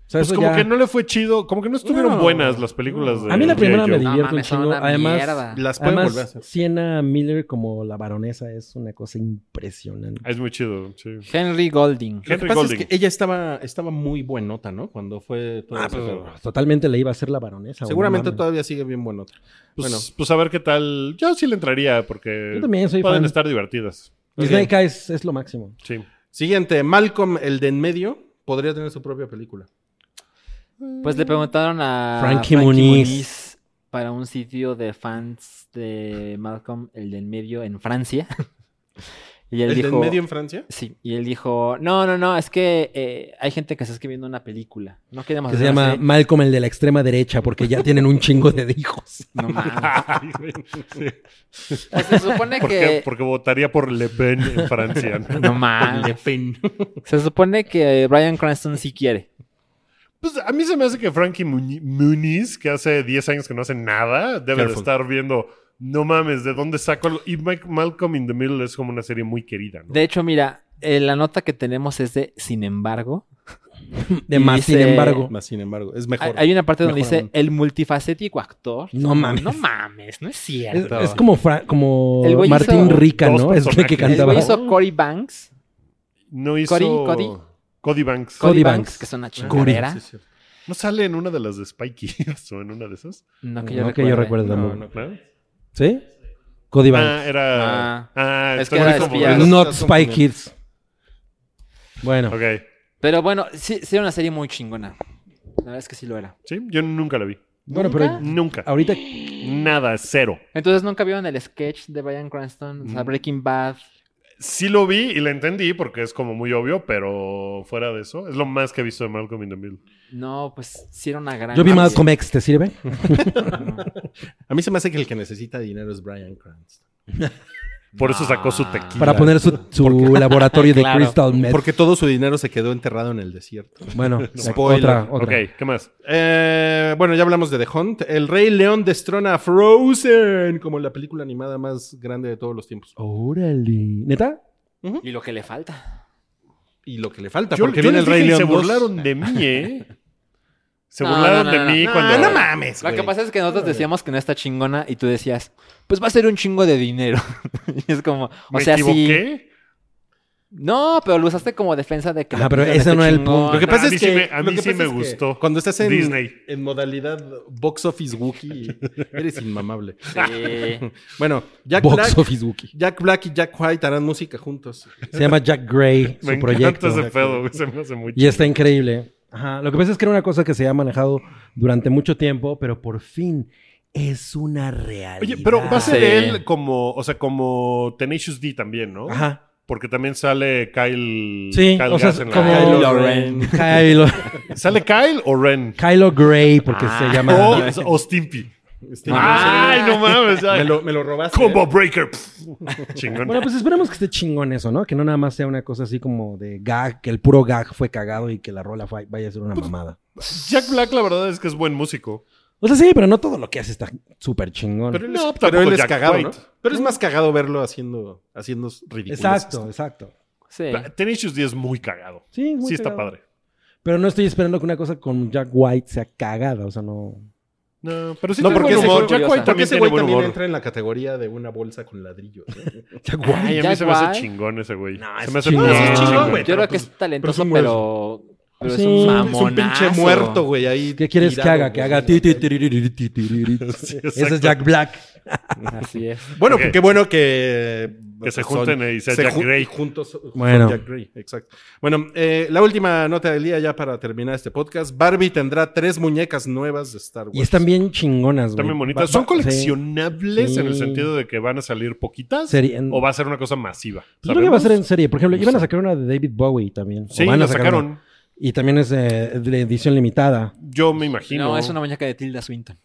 O sea, Pues eso como ya... que no le fue chido, como que no estuvieron No, buenas las películas de A mí la primera G.I. me Joe. No divierte un mames, son chingo. una mierda. Las pueden volver a Además, hacer. Sienna Miller como la baronesa es una cosa impresionante. Es muy chido, sí. Henry Golding. Lo que Henry pasa Golding. es que ella estaba muy buenota, ¿no? Cuando fue todo ese pedo. Totalmente le iba a ser la baronesa. Seguramente no mames. todavía sigue bien buenota. Pues, Bueno, pues a ver qué tal. Yo sí le entraría porque Yo también soy pueden fan. estar divertidas. Y Snake Eyes es lo máximo. Sí. siguiente. Malcolm, el de en medio, podría tener su propia película. Pues le preguntaron a Frankie Muniz. para un sitio de fans de Malcolm, el de en medio, en Francia. Y él ¿El dijo... de en medio en Francia? Sí, y él dijo, no, es que hay gente que está escribiendo una película. No queremos Que se hacer una llama serie". Malcolm el de la extrema derecha porque ya tienen un chingo de hijos. No mames. Ay, güey. Sí. Pues se supone que... Porque votaría por Le Pen en Francia. ¿no? No mames. Se supone que Bryan Cranston sí quiere. Pues a mí se me hace que Frankie Muniz, que hace 10 años que no hace nada, debe de Careful. estar viendo, no mames, ¿de dónde saco? Y Malcolm in the Middle es como una serie muy querida, ¿no? De hecho, mira, la nota que tenemos es de sin embargo. De Y más, dice- sin embargo. Más sin embargo, es mejor. Hay una parte donde Mejor dice aún. el multifacético actor. No mames. No mames, no es Es, cierto. es como, como El güey Martín hizo Rica, dos ¿no? Es el que personajes. El cantaba. güey hizo Cory Banks. No hizo... Cody Banks. Cody Banks. que es una Ah, chingadera. sí, sí. ¿No sale en una de las de Spy Kids o en una de esas? No que No yo que yo recuerde. recuerdo. No, ¿No? ¿Sí? Cody Banks. Ah, era... Es estoy que era muy espía. confundido. Not estás Spy confundiendo. Kids. Bueno. Ok. Pero bueno, sí era una serie muy chingona. La verdad es que sí lo era. Sí, yo nunca la vi. Bueno, pero Nunca. ahorita Nada, cero. Entonces, ¿nunca vieron el sketch de Bryan Cranston? O sea, Breaking Bad. Sí lo vi y la entendí porque es como muy obvio, pero fuera de eso, es lo más que he visto de Malcolm in the Middle. No, pues sí era una gran yo vi serie. Malcolm X, ¿te sirve? A mí se me hace que el que necesita dinero es Bryan Cranston. Por eso sacó su tequila. Para poner su laboratorio de Claro. Crystal Meth. Porque todo su dinero se quedó enterrado en el desierto. Bueno, Spoiler. otra. Ok, ¿qué más? Bueno, ya hablamos de The Hunt. El Rey León destrona a Frozen como la película animada más grande de todos los tiempos. Órale. ¿Neta? Y lo que le falta. Y lo que le falta, Yo porque les viene el dije Rey y León se 2. burlaron de mí, ¿eh? Se No, burlaron no, de no, mí no. cuando... No mames, Lo que güey. pasa es que nosotros decíamos que no está chingona y tú decías, pues va a ser un chingo de dinero. Y es como, o ¿Me sea, sí. equivoqué? No, pero lo usaste como defensa de que Ajá, la pero película ese esté no era el chingona. punto. Lo que pasa a es mí sí que me- a lo mí que sí pasa me es que gustó. Cuando estás en Disney. en modalidad box office Wookiee, eres inmamable. Sí. Bueno, Jack Box Black, Office Wookie. Jack Black y Jack White harán música juntos. Se llama Jack Gray, su Me proyecto. encanta ese pedo, güey, se me hace muy Y está increíble. Ajá. Lo que pasa es que era una cosa que se ha manejado durante mucho tiempo, pero por fin es una realidad. Oye, pero va a ser Sí. él como, o sea, como Tenacious D también, ¿no? Ajá. Porque también sale Kyle. Sí, Kyle o sea, Gass en la- como Kylo Ren. ¿Sale Kyle o Ren? Kylo Gray, porque se llama... O Stimpy. Ah, Ay, no mames. ay. me lo robaste. Combo Breaker. Chingón. Bueno, pues esperemos que esté chingón eso, ¿no? Que no nada más sea una cosa así como de gag, que el puro gag fue cagado y que la rola vaya a ser una mamada. Jack Black, la verdad es que es buen músico. O sea, sí, pero no todo lo que hace está súper chingón. Pero él No, es, pero tampoco él es Jack cagado, White. ¿no? Pero es más cagado verlo haciendo ridículos. Exacto. Sí. Tenacious D es muy cagado. Sí, muy Sí, está cagado. padre. Pero no estoy esperando que una cosa con Jack White sea cagada, o sea, no... No, pero sí No, tiene porque buen ese humor. güey- Jack curiosa. White Porque también ese tiene güey buen también humor. entra en la categoría de una bolsa con ladrillos. ¿eh? Jack Ay, a mí Jack se me hace White. chingón ese güey. No, se es me hace chingón. muy No, es chingón, chingón. güey. Yo creo pero que pues- es talentoso, pero pero es Sí. un Es mamonazo. un pinche muerto, güey, ahí. ¿Qué quieres que tirado, haga? Que güey. haga... ti, ti, tiriri, ti, tiriri. Sí, Ese es exacto. Jack Black. Así es. Bueno, Ok. qué bueno que... Que se junten y sea Jack Gray. Juntos son Bueno. Jack Gray, exacto. Bueno, la última nota del día ya para terminar este podcast. Barbie tendrá 3 muñecas nuevas de Star Wars. Y están bien chingonas, güey. También bonitas. Va- ¿Son va- coleccionables sí. en el sentido de que van a salir poquitas? Serie- ¿O va a ser una cosa masiva? Yo creo que va a ser en ¿Sabemos? serie. Por ejemplo, iban a sacar una de David Bowie también. Sí, O van a la sacar sacaron. una. Y también es de edición limitada. Yo me imagino. No, es una muñeca de Tilda Swinton.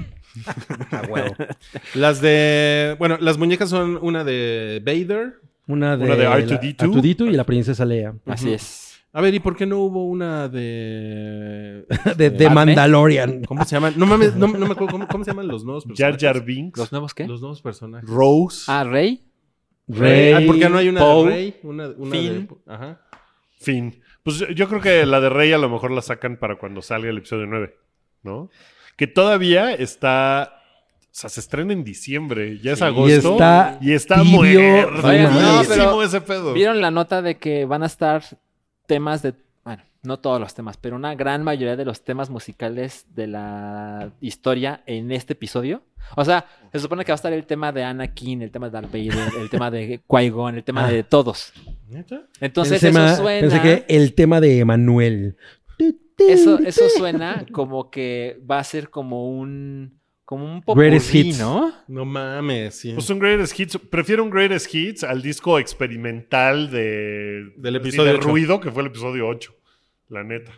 Las muñecas son una de Vader. Una de R2D2. R2D2 y la princesa Leia. Así es. A ver, ¿y por qué no hubo una de... de Padme. Mandalorian. ¿Cómo se llaman? No mames, no me acuerdo. ¿Cómo se llaman los nuevos Jar personajes? Jar Binks. ¿Los nuevos qué? Los nuevos personajes. Rose. Ah, Rey. Rey. ¿Por qué no hay una Poe, de Rey? Una Finn. de... Ajá. Fin. Pues yo creo que la de Rey a lo mejor la sacan para cuando salga el episodio 9, ¿no? Que todavía está... O sea, se estrena en diciembre, ya es agosto. Y está tibio. muertísimo ese pedo. ¿Vieron la nota de que van a estar temas de... Bueno, no todos los temas, pero una gran mayoría de los temas musicales de la historia en este episodio? O sea, se supone que va a estar el tema de Anakin, el tema de Darth Vader, el tema de Qui-Gon, el tema de todos. ¿Neta? Entonces Pensé suena... que el tema de Emanuel. Eso suena como que va a ser como un Greatest popurrí, Hits. ¿no? No mames, sí. Pues un Greatest Hits. Prefiero un Greatest Hits al disco experimental Del episodio de 8. Ruido, que fue el episodio 8. La neta.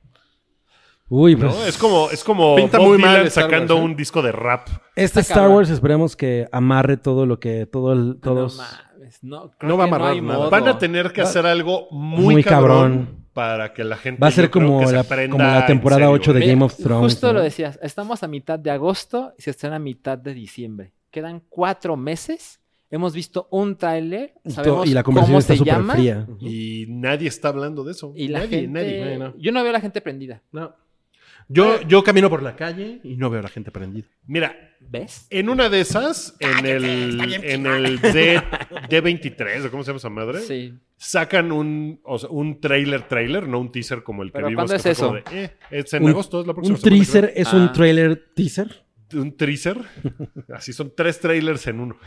Uy, ¿No? pues... Es como Pinta Bob muy mal Dylan Star sacando Wars, ¿eh? un disco de rap. Este Está Star cabrón. Wars esperemos que amarre todo lo que... todos... No mames, no, creo No va a que amarrar hay nada. modo. Van a tener que hacer algo Muy muy cabrón. cabrón para que la gente... Va a ser yo creo como que se la, aprenda como la en temporada serio, 8 de Mira, Game of Thrones. Justo ¿no? lo decías, estamos a mitad de agosto y se estrena a mitad de diciembre. Quedan 4 meses. Hemos visto un tráiler, sabemos Y la conversación cómo está se súper llama. fría. Y nadie está hablando de eso. Y la nadie, gente... nadie. no. Yo no veo a la gente prendida. No. Yo camino por la calle y no veo a la gente prendida. Mira, ¿Ves? en una de esas, en el D23, ¿o cómo se llama esa madre? Sí. Sacan un trailer, no un teaser como el que ¿Pero vimos. cuándo que es fue como eso? de, es en Un- agosto, es la próxima Un semana, teaser es Ah. un trailer teaser. creo. Un teaser. Así son 3 trailers en uno.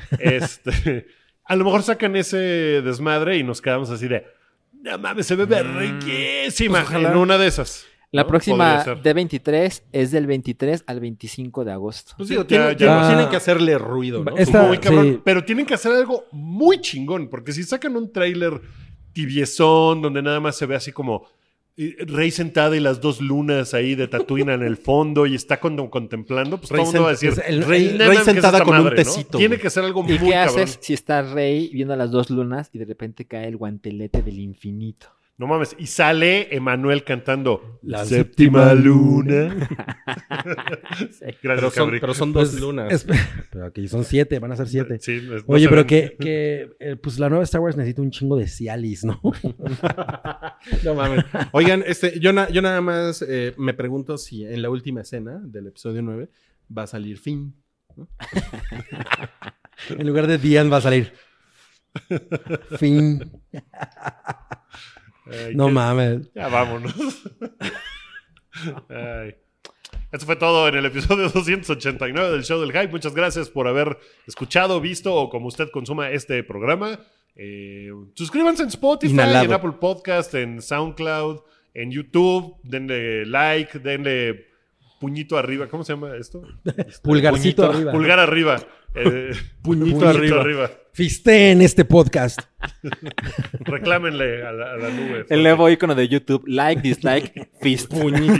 A lo mejor sacan ese desmadre y nos quedamos así de, no mames, se ve riquísima. Pues ojalá. En una de esas. La ¿no? próxima Podría ser. D23 es del 23 al 25 de agosto. Pues Sí, digo, ya- tienen que hacerle ruido, ¿no? Esta- Muy cabrón. sí. Pero tienen que hacer algo muy chingón, porque si sacan un tráiler tibiezón, donde nada más se ve así como Rey sentada y las 2 lunas ahí de Tatooine en el fondo y está contemplando, pues todo el mundo va a decir, es el- Rey "No mames, ¿qué es sentada esta con un madre, no?". tecito, Tiene güey. que ser algo ¿Y muy qué cabrón. haces si está Rey viendo las 2 lunas y de repente cae el guantelete del infinito? No mames. Y sale Emanuel cantando La séptima luna. Gracias, Pero son 2 Pues, lunas. pero aquí son 7, van a ser 7. Sí, no Oye, se pero ven. pues la nueva Star Wars necesita un chingo de Cialis, ¿no? No mames. Oigan, yo nada más me pregunto si en la última escena del episodio 9 va a salir Finn. En lugar de Dian va a salir. Fin. Ay, No qué- mames. Ya vámonos. Ay. Eso fue todo en el episodio 289 del Show del Hype. Muchas gracias por haber escuchado, visto o como usted consuma este programa. Suscríbanse en Spotify, Inhalado. en Apple Podcast, en SoundCloud, en YouTube. Denle like, denle puñito arriba. ¿Cómo se llama esto? Pulgarcito arriba. Pulgar arriba. Puñito arriba. Fisté en este podcast. Reclámenle a la nube. El nuevo icono de YouTube, like, dislike, fist.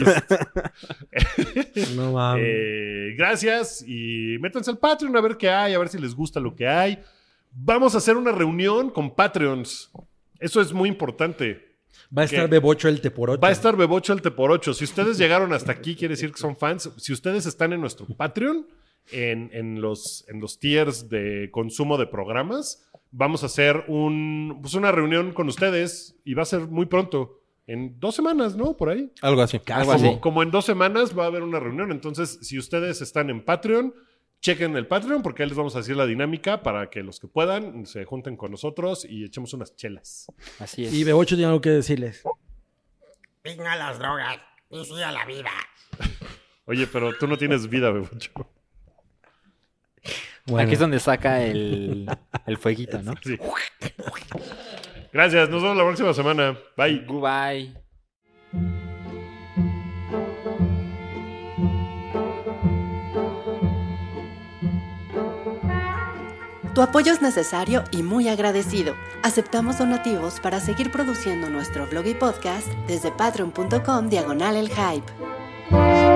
No mames. Gracias y métanse al Patreon a ver qué hay, a ver si les gusta lo que hay. Vamos a hacer una reunión con Patreons. Eso es muy importante. Va a estar Bebocho el Teporocho. Va a estar Bebocho el Teporocho. Si ustedes llegaron hasta aquí, quiere decir que son fans. Si ustedes están en nuestro Patreon, en los tiers de consumo de programas, vamos a hacer una reunión con ustedes y va a ser muy pronto. En 2 semanas, ¿no? Por ahí. Algo así. Algo así. Como en 2 semanas va a haber una reunión. Entonces, si ustedes están en Patreon, chequen el Patreon porque ahí les vamos a decir la dinámica para que los que puedan se junten con nosotros y echemos unas chelas. Así es. Y Bebocho tiene algo que decirles. Venga las drogas y sí a la vida. Oye, pero tú no tienes vida, Bebocho. Bueno, Aquí es donde saca el fueguito, ¿no? Sí. Gracias, nos vemos la próxima semana. Bye. Goodbye. Tu apoyo es necesario y muy agradecido. Aceptamos donativos para seguir produciendo nuestro blog y podcast desde patreon.com/elhype.